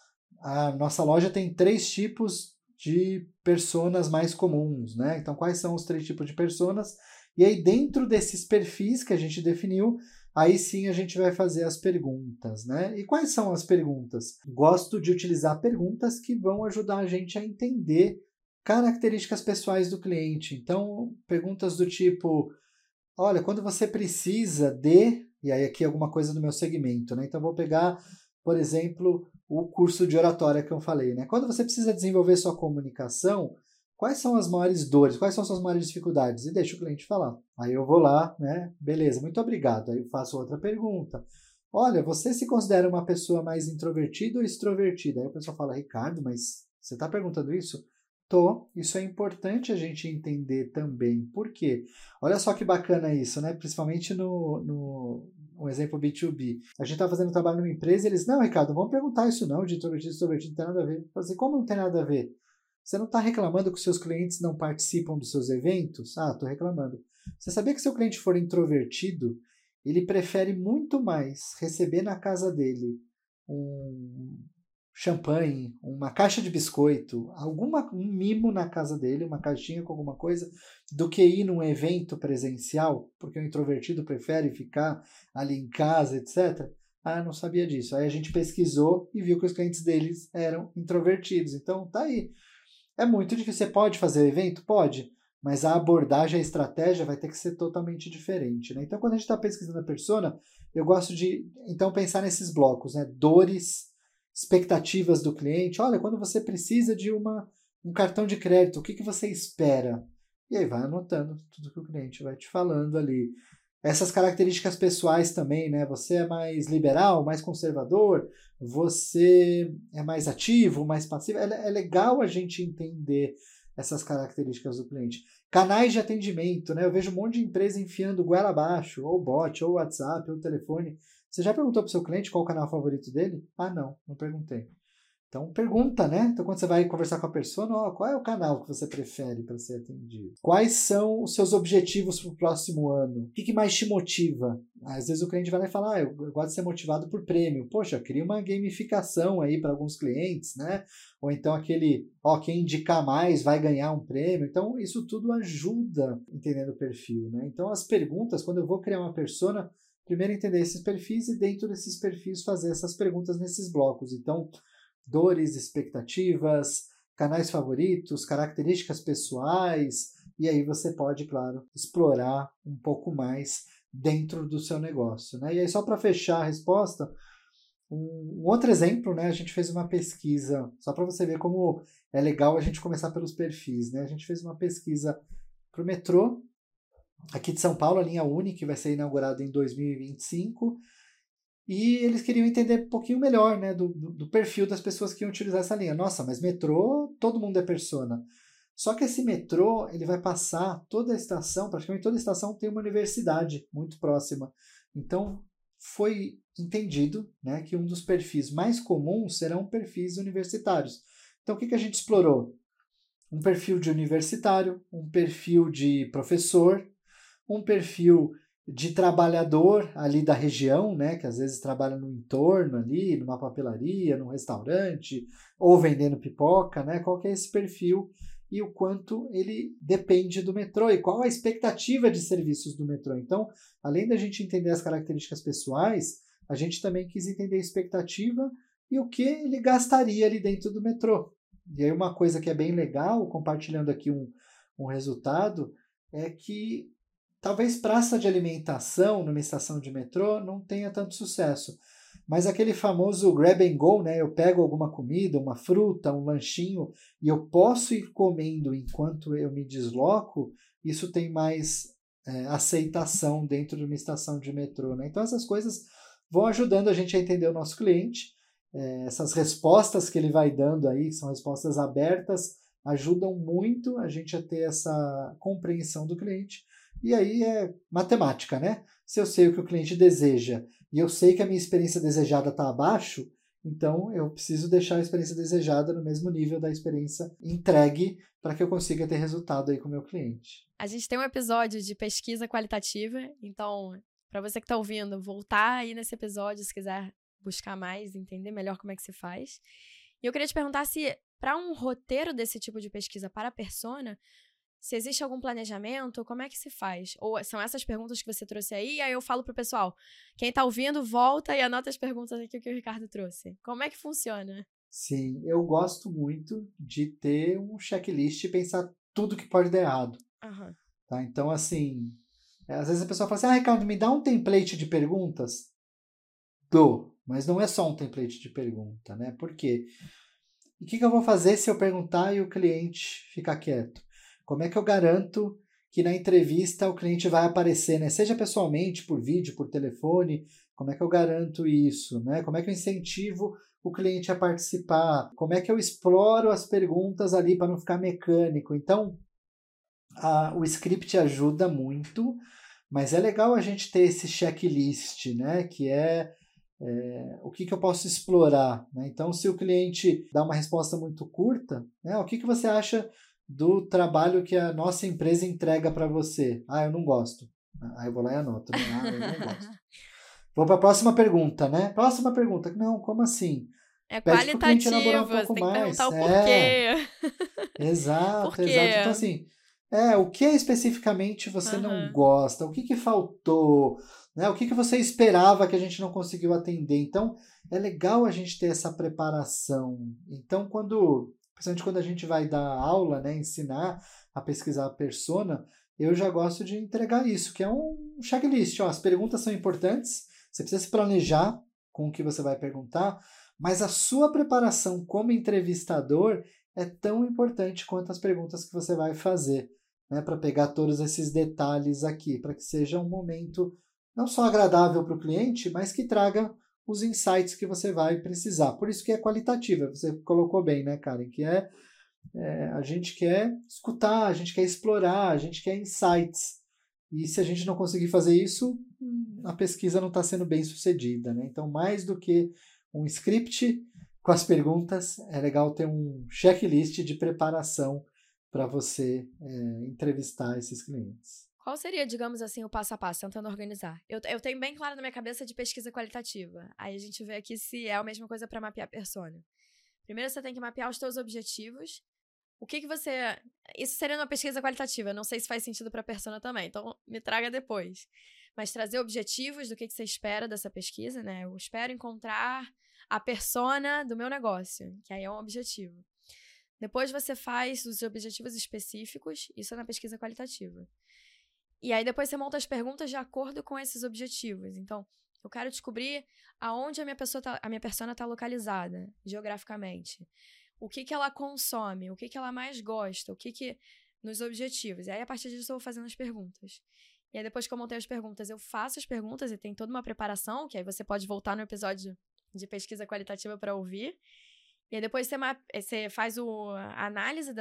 a nossa loja tem 3 tipos de personas mais comuns, né? Então, quais são os 3 tipos de personas? E aí, dentro desses perfis que a gente definiu, aí sim a gente vai fazer as perguntas, né? E quais são as perguntas? Gosto de utilizar perguntas que vão ajudar a gente a entender características pessoais do cliente. Então, perguntas do tipo, olha, quando você precisa de... E aí aqui alguma coisa do meu segmento, né? Então, vou pegar, por exemplo, o curso de oratória que eu falei, né? Quando você precisa desenvolver sua comunicação, quais são as maiores dores? Quais são as suas maiores dificuldades? E deixa o cliente falar. Aí eu vou lá, né? Beleza, muito obrigado. Aí eu faço outra pergunta. Olha, você se considera uma pessoa mais introvertida ou extrovertida? Aí a pessoa fala, Ricardo, mas você está perguntando isso? Tô. Isso é importante a gente entender também. Por quê? Olha só que bacana isso, né? Principalmente no um exemplo B2B. A gente está fazendo trabalho numa empresa e eles, não, Ricardo, vamos perguntar isso não, de introvertido e extrovertido, não tem nada a ver. Eu falei assim, como não tem nada a ver? Você não está reclamando que os seus clientes não participam dos seus eventos? Estou reclamando. Você sabia que se o cliente for introvertido, ele prefere muito mais receber na casa dele um champanhe, uma caixa de biscoito, um mimo na casa dele, uma caixinha com alguma coisa, do que ir num evento presencial, porque o introvertido prefere ficar ali em casa, etc. Não sabia disso. Aí a gente pesquisou e viu que os clientes deles eram introvertidos. Então, tá aí. É muito difícil. Você pode fazer o evento? Pode. Mas a abordagem, a estratégia vai ter que ser totalmente diferente, né? Então, quando a gente está pesquisando a persona, eu gosto de então pensar nesses blocos, né? Dores, expectativas do cliente. Olha, quando você precisa de um cartão de crédito, o que você espera? E aí vai anotando tudo que o cliente vai te falando ali. Essas características pessoais também, né? Você é mais liberal, mais conservador, você é mais ativo, mais passivo. É legal a gente entender essas características do cliente. Canais de atendimento, né? Eu vejo um monte de empresa enfiando goela abaixo, ou bot, ou WhatsApp, ou telefone. Você já perguntou para o seu cliente qual o canal favorito dele? Ah, não perguntei. Então, pergunta, né? Então, quando você vai conversar com a pessoa, qual é o canal que você prefere para ser atendido? Quais são os seus objetivos para o próximo ano? O que mais te motiva? Às vezes o cliente vai lá e fala, eu gosto de ser motivado por prêmio. Poxa, cria uma gamificação aí para alguns clientes, né? Ou então quem indicar mais vai ganhar um prêmio. Então, isso tudo ajuda entendendo o perfil, né? Então, as perguntas, quando eu vou criar uma persona, primeiro entender esses perfis e dentro desses perfis fazer essas perguntas nesses blocos. Então, dores, expectativas, canais favoritos, características pessoais, e aí você pode, claro, explorar um pouco mais dentro do seu negócio, né? E aí, só para fechar a resposta, um outro exemplo, né? A gente fez uma pesquisa, só para você ver como é legal a gente começar pelos perfis, né? A gente fez uma pesquisa para o metrô, aqui de São Paulo, a linha Uni, que vai ser inaugurada em 2025, e eles queriam entender um pouquinho melhor, né, do perfil das pessoas que iam utilizar essa linha. Nossa, mas metrô, todo mundo é persona. Só que esse metrô, ele vai passar toda a estação, praticamente toda a estação tem uma universidade muito próxima. Então, foi entendido, né, que um dos perfis mais comuns serão perfis universitários. Então, o que a gente explorou? Um perfil de universitário, um perfil de professor, um perfil de trabalhador ali da região, né, que às vezes trabalha no entorno ali, numa papelaria, num restaurante, ou vendendo pipoca, né, qual que é esse perfil e o quanto ele depende do metrô e qual a expectativa de serviços do metrô. Então, além da gente entender as características pessoais, a gente também quis entender a expectativa e o que ele gastaria ali dentro do metrô. E aí uma coisa que é bem legal, compartilhando aqui um resultado, é que talvez praça de alimentação numa estação de metrô não tenha tanto sucesso. Mas aquele famoso grab and go, né? Eu pego alguma comida, uma fruta, um lanchinho e eu posso ir comendo enquanto eu me desloco, isso tem mais aceitação dentro de uma estação de metrô, né? Então essas coisas vão ajudando a gente a entender o nosso cliente. Essas respostas que ele vai dando aí, que são respostas abertas, ajudam muito a gente a ter essa compreensão do cliente. E aí é matemática, né? Se eu sei o que o cliente deseja e eu sei que a minha experiência desejada está abaixo, então eu preciso deixar a experiência desejada no mesmo nível da experiência entregue para que eu consiga ter resultado aí com o meu cliente. A gente tem um episódio de pesquisa qualitativa, então, para você que está ouvindo, voltar aí nesse episódio, se quiser buscar mais, entender melhor como é que se faz. E eu queria te perguntar se, para um roteiro desse tipo de pesquisa para a persona, se existe algum planejamento, como é que se faz? Ou são essas perguntas que você trouxe aí, e aí eu falo pro pessoal, quem está ouvindo, volta e anota as perguntas aqui que o Ricardo trouxe. Como é que funciona? Sim, eu gosto muito de ter um checklist e pensar tudo que pode dar errado. Uhum. Tá? Então, assim, às vezes a pessoa fala assim, Ricardo, me dá um template de perguntas? Dou, mas não é só um template de pergunta, né? Por quê? E o que eu vou fazer se eu perguntar e o cliente ficar quieto? Como é que eu garanto que na entrevista o cliente vai aparecer, né? Seja pessoalmente, por vídeo, por telefone, como é que eu garanto isso, né? Como é que eu incentivo o cliente a participar? Como é que eu exploro as perguntas ali para não ficar mecânico? Então, o script ajuda muito, mas é legal a gente ter esse checklist, né? Que é o que eu posso explorar, né? Então, se o cliente dá uma resposta muito curta, né? O que você acha do trabalho que a nossa empresa entrega para você? Ah, eu não gosto. Aí eu vou lá e anoto, né? Ah, eu não gosto. Vou para a próxima pergunta, né? Próxima pergunta. Não, como assim? É Pede para o cliente elaborar um qualitativo, você pouco tem que mais. perguntar o porquê. Por Exato, exato. Então, quê? assim, o que especificamente você não Uhum. gosta? O que faltou? Né? O que você esperava que a gente não conseguiu atender? Então, é legal a gente ter essa preparação. Então, principalmente quando a gente vai dar aula, né, ensinar a pesquisar a persona, eu já gosto de entregar isso, que é um checklist. Ó, as perguntas são importantes, você precisa se planejar com o que você vai perguntar, mas a sua preparação como entrevistador é tão importante quanto as perguntas que você vai fazer, né, para pegar todos esses detalhes aqui, para que seja um momento não só agradável para o cliente, mas que traga os insights que você vai precisar. Por isso que é qualitativa, você colocou bem, né, Karen? Que a gente quer escutar, a gente quer explorar, a gente quer insights. E se a gente não conseguir fazer isso, a pesquisa não está sendo bem sucedida, né? Então, mais do que um script com as perguntas, é legal ter um checklist de preparação para você entrevistar esses clientes. Qual seria, digamos assim, o passo a passo, tentando organizar? Eu tenho bem claro na minha cabeça de pesquisa qualitativa. Aí a gente vê aqui se é a mesma coisa para mapear a persona. Primeiro você tem que mapear os teus objetivos. O que você... Isso seria uma pesquisa qualitativa. Não sei se faz sentido para a persona também. Então, me traga depois. Mas trazer objetivos do que você espera dessa pesquisa, né? Eu espero encontrar a persona do meu negócio, que aí é um objetivo. Depois você faz os objetivos específicos. Isso é na pesquisa qualitativa. E aí depois você monta as perguntas de acordo com esses objetivos. Então, eu quero descobrir aonde a minha persona está localizada, geograficamente. O que ela consome, o que ela mais gosta, nos objetivos. E aí, a partir disso, eu vou fazendo as perguntas. E aí, depois que eu montei as perguntas, eu faço as perguntas e tem toda uma preparação, que aí você pode voltar no episódio de pesquisa qualitativa para ouvir. E aí, depois você faz a análise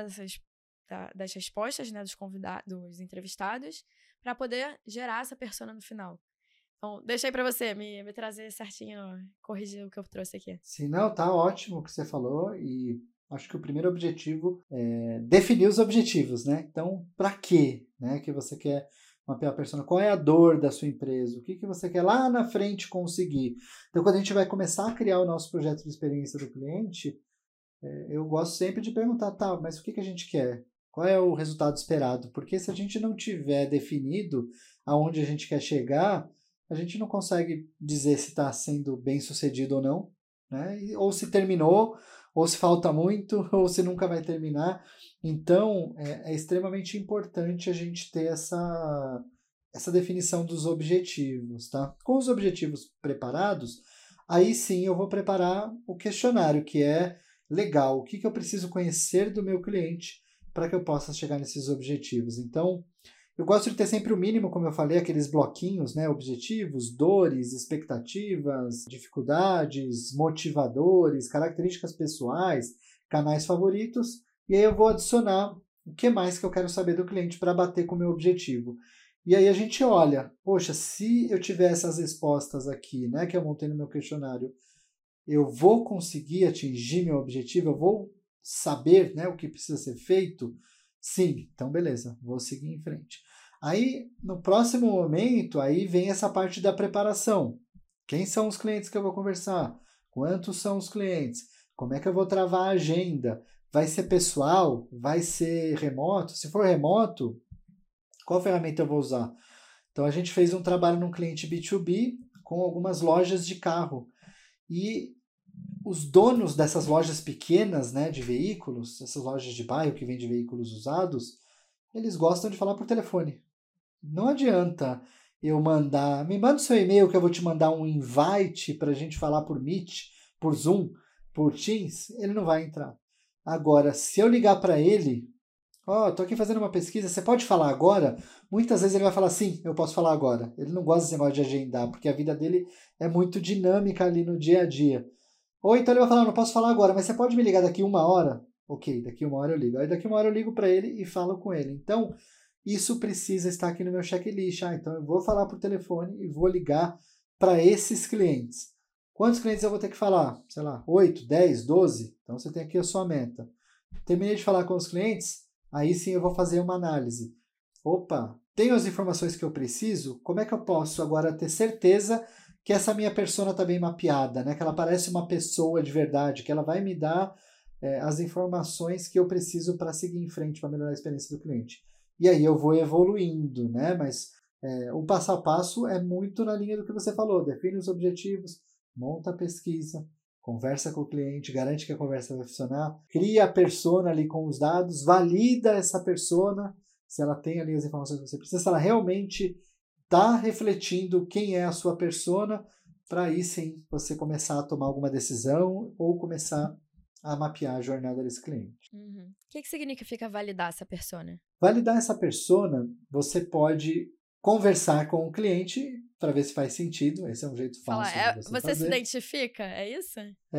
das respostas, né, dos entrevistados, para poder gerar essa persona no final. Então, deixei para você me trazer certinho, corrigir o que eu trouxe aqui. Sim, não, tá ótimo o que você falou e acho que o primeiro objetivo é definir os objetivos, né? Então, para quê, né, que você quer mapear a persona? Qual é a dor da sua empresa? O que você quer lá na frente conseguir? Então, quando a gente vai começar a criar o nosso projeto de experiência do cliente, eu gosto sempre de perguntar, tá, mas o que a gente quer? Qual é o resultado esperado? Porque se a gente não tiver definido aonde a gente quer chegar, a gente não consegue dizer se está sendo bem sucedido ou não, né? Ou se terminou, ou se falta muito, ou se nunca vai terminar. Então, é extremamente importante a gente ter essa definição dos objetivos, tá? Com os objetivos preparados, aí sim eu vou preparar o questionário, que é legal, o que eu preciso conhecer do meu cliente para que eu possa chegar nesses objetivos. Então, eu gosto de ter sempre o mínimo, como eu falei, aqueles bloquinhos, né? Objetivos, dores, expectativas, dificuldades, motivadores, características pessoais, canais favoritos, e aí eu vou adicionar o que mais que eu quero saber do cliente para bater com o meu objetivo. E aí a gente olha, poxa, se eu tiver essas respostas aqui, né, que eu montei no meu questionário, eu vou conseguir atingir meu objetivo, eu vou saber, né, o que precisa ser feito? Sim, então beleza, vou seguir em frente. Aí, no próximo momento, aí vem essa parte da preparação. Quem são os clientes que eu vou conversar? Quantos são os clientes? Como é que eu vou travar a agenda? Vai ser pessoal? Vai ser remoto? Se for remoto, qual ferramenta eu vou usar? Então, a gente fez um trabalho num cliente B2B com algumas lojas de carro. E os donos dessas lojas pequenas, né, de veículos, essas lojas de bairro que vendem veículos usados, eles gostam de falar por telefone. Não adianta eu me manda o seu e-mail que eu vou te mandar um invite para a gente falar por Meet, por Zoom, por Teams, ele não vai entrar. Agora, se eu ligar para ele, tô aqui fazendo uma pesquisa, você pode falar agora? Muitas vezes ele vai falar, sim, eu posso falar agora. Ele não gosta desse negócio de agendar, porque a vida dele é muito dinâmica ali no dia a dia. Ou então ele vai falar, não posso falar agora, mas você pode me ligar daqui 1 hora? Ok, daqui 1 hora eu ligo. Aí daqui 1 hora eu ligo para ele e falo com ele. Então, isso precisa estar aqui no meu checklist. Então eu vou falar por telefone e vou ligar para esses clientes. Quantos clientes eu vou ter que falar? Sei lá, 8, 10, 12? Então você tem aqui a sua meta. Terminei de falar com os clientes, aí sim eu vou fazer uma análise. Opa, tenho as informações que eu preciso? Como é que eu posso agora ter certeza que essa minha persona está bem mapeada, né? Que ela parece uma pessoa de verdade, que ela vai me dar as informações que eu preciso para seguir em frente, para melhorar a experiência do cliente. E aí eu vou evoluindo, né? Mas o passo a passo é muito na linha do que você falou. Define os objetivos, monta a pesquisa, conversa com o cliente, garante que a conversa vai funcionar, cria a persona ali com os dados, valida essa persona, se ela tem ali as informações que você precisa, se ela realmente está refletindo quem é a sua persona, para aí sim você começar a tomar alguma decisão ou começar a mapear a jornada desse cliente. Uhum. O que significa validar essa persona? Validar essa persona, você pode conversar com o cliente para ver se faz sentido. Esse é um jeito fácil de você fazer. Se identifica? É isso?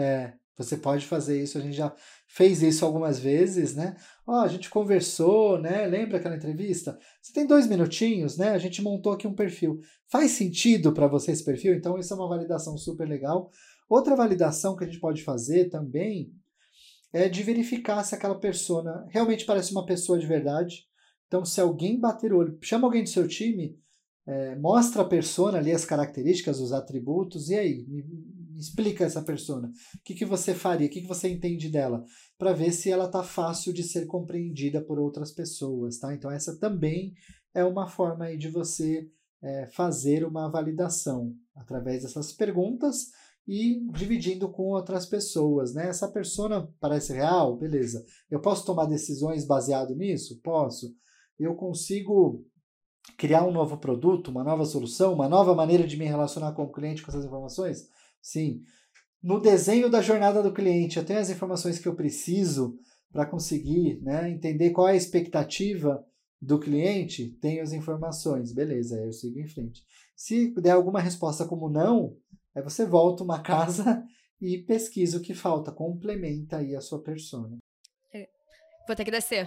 Você pode fazer isso, a gente já fez isso algumas vezes, né? A gente conversou, né? Lembra aquela entrevista? Você tem 2 minutinhos, né? A gente montou aqui um perfil. Faz sentido para você esse perfil? Então, isso é uma validação super legal. Outra validação que a gente pode fazer também é de verificar se aquela persona realmente parece uma pessoa de verdade. Então, se alguém bater o olho, chama alguém do seu time, mostra a persona ali, as características, os atributos, e aí, me explica essa persona. O que você faria? O que você entende dela? Para ver se ela está fácil de ser compreendida por outras pessoas, tá? Então, essa também é uma forma aí de você fazer uma validação através dessas perguntas e dividindo com outras pessoas, né? Essa persona parece real? Beleza. Eu posso tomar decisões baseado nisso? Posso. Eu consigo criar um novo produto, uma nova solução, uma nova maneira de me relacionar com o cliente com essas informações? Sim. No desenho da jornada do cliente, eu tenho as informações que eu preciso para conseguir, né, entender qual é a expectativa do cliente? Tenho as informações. Beleza, aí eu sigo em frente. Se der alguma resposta como não, aí você volta uma casa e pesquisa o que falta, complementa aí a sua persona. Vou ter que descer.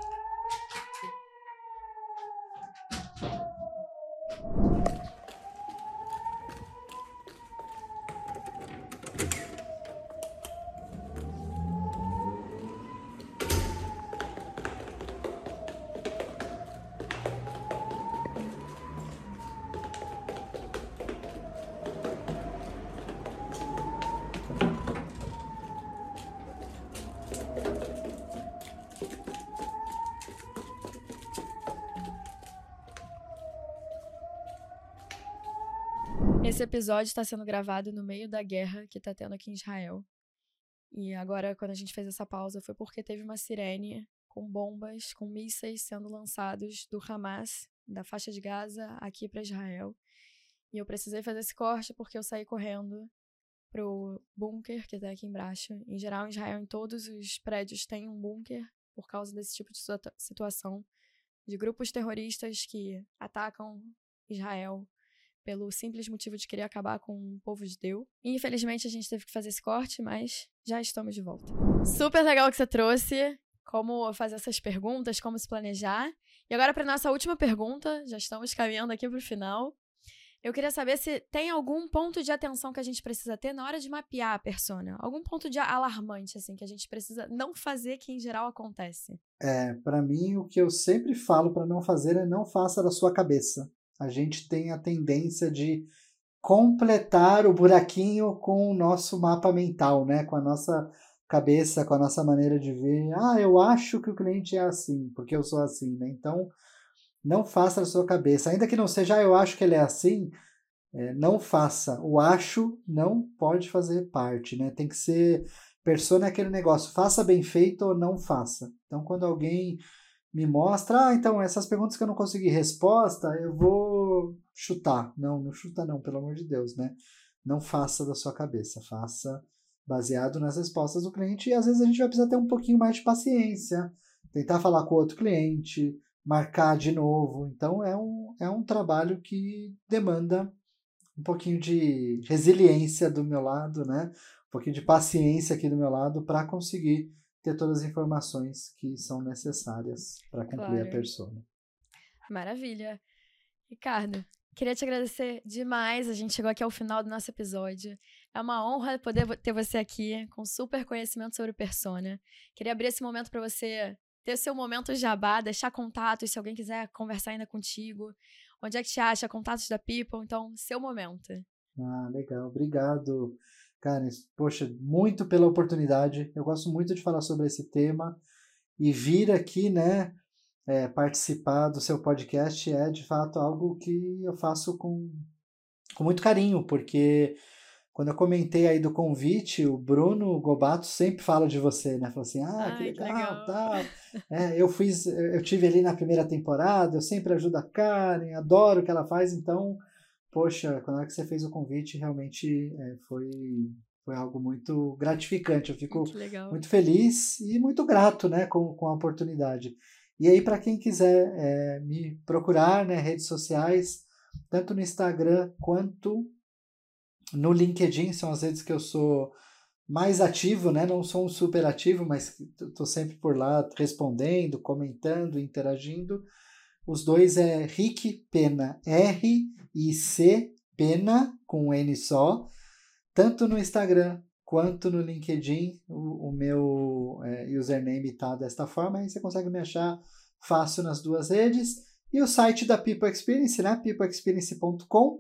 Esse episódio está sendo gravado no meio da guerra que está tendo aqui em Israel. E agora, quando a gente fez essa pausa, foi porque teve uma sirene com bombas, com mísseis sendo lançados do Hamas, da faixa de Gaza, aqui para Israel. E eu precisei fazer esse corte porque eu saí correndo pro bunker que tá aqui embaixo. Em geral, em Israel, em todos os prédios tem um bunker por causa desse tipo de situação de grupos terroristas que atacam Israel pelo simples motivo de querer acabar com o povo judeu. E, infelizmente, a gente teve que fazer esse corte, mas já estamos de volta. Super legal que você trouxe, como fazer essas perguntas, como se planejar. E agora, para nossa última pergunta, já estamos caminhando aqui para o final. Eu queria saber se tem algum ponto de atenção que a gente precisa ter na hora de mapear a persona. Algum ponto de alarmante, assim, que a gente precisa não fazer, que em geral acontece. Para mim, o que eu sempre falo para não fazer é não faça da sua cabeça. A gente tem a tendência de completar o buraquinho com o nosso mapa mental, né? Com a nossa cabeça, com a nossa maneira de ver. Eu acho que o cliente é assim, porque eu sou assim, né? Então, não faça da sua cabeça. Ainda que não seja, eu acho que ele é assim, não faça. O acho não pode fazer parte, né? Tem que ser persona é aquele negócio, faça bem feito ou não faça. Então, quando alguém me mostra, então essas perguntas que eu não consegui resposta, eu vou chutar. Não chuta não, pelo amor de Deus, né? Não faça da sua cabeça, faça baseado nas respostas do cliente e às vezes a gente vai precisar ter um pouquinho mais de paciência, tentar falar com outro cliente, marcar de novo. Então é um trabalho que demanda um pouquinho de resiliência do meu lado, né? Um pouquinho de paciência aqui do meu lado para conseguir ter todas as informações que são necessárias para concluir a persona. Maravilha. Ricardo, queria te agradecer demais. A gente chegou aqui ao final do nosso episódio. É uma honra poder ter você aqui com super conhecimento sobre persona. Queria abrir esse momento para você ter seu momento jabá, deixar contatos se alguém quiser conversar ainda contigo. Onde é que te acha? Contatos da People. Então, seu momento. Legal. Obrigado, Karen. Poxa, muito pela oportunidade. Eu gosto muito de falar sobre esse tema e vir aqui, né, participar do seu podcast é, de fato, algo que eu faço com muito carinho, porque quando eu comentei aí do convite, o Bruno Gobato sempre fala de você, né? Falou assim, que legal, tal. Eu tive ali na primeira temporada, eu sempre ajudo a Karen, adoro o que ela faz, então, poxa, quando é que você fez o convite, realmente foi algo muito gratificante. Eu fico muito feliz e muito grato, né, com a oportunidade. E aí, para quem quiser me procurar, né, redes sociais, tanto no Instagram quanto no LinkedIn, são as redes que eu sou mais ativo, né? Não sou um super ativo, mas estou sempre por lá respondendo, comentando, interagindo. Os dois é Rick Pena, R-I-C Pena, com um N só, tanto no Instagram quanto no LinkedIn. O meu username está desta forma, aí você consegue me achar fácil nas duas redes. E o site da People Experience, né? peopleexperience.com.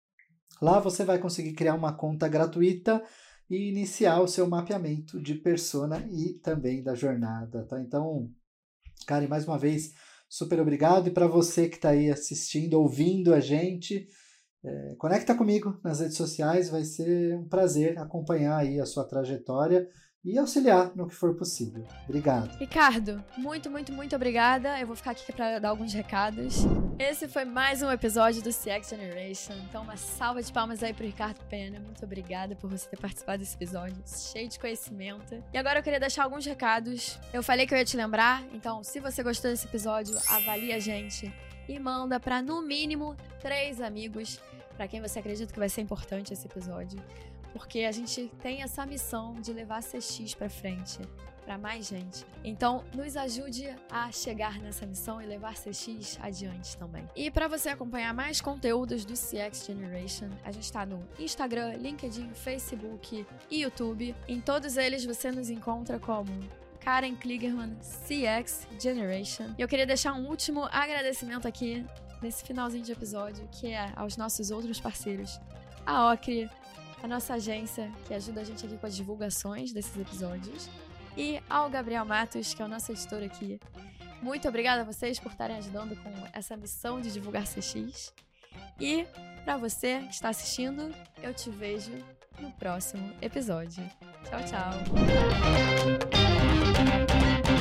Lá você vai conseguir criar uma conta gratuita e iniciar o seu mapeamento de persona e também da jornada, tá? Então, Karen, mais uma vez, super obrigado. E para você que está aí assistindo, ouvindo a gente, conecta comigo nas redes sociais, vai ser um prazer acompanhar aí a sua trajetória e auxiliar no que for possível. Obrigado. Ricardo, muito, muito, muito obrigada. Eu vou ficar aqui para dar alguns recados. Esse foi mais um episódio do CX Generation. Então, uma salva de palmas aí pro Ricardo Pena. Muito obrigada por você ter participado desse episódio, cheio de conhecimento. E agora eu queria deixar alguns recados. Eu falei que eu ia te lembrar, então, se você gostou desse episódio, avalie a gente e manda para, no mínimo, 3 amigos para quem você acredita que vai ser importante esse episódio. Porque a gente tem essa missão de levar a CX para frente, para mais gente. Então, nos ajude a chegar nessa missão e levar CX adiante também. E para você acompanhar mais conteúdos do CX Generation, a gente está no Instagram, LinkedIn, Facebook e YouTube. Em todos eles você nos encontra como Karen Kligerman CX Generation. E eu queria deixar um último agradecimento aqui nesse finalzinho de episódio, que é aos nossos outros parceiros, a Ocre, a nossa agência que ajuda a gente aqui com as divulgações desses episódios, e ao Gabriel Matos, que é o nosso editor aqui. Muito obrigada a vocês por estarem ajudando com essa missão de divulgar CX. E para você que está assistindo, eu te vejo no próximo episódio. Tchau, tchau!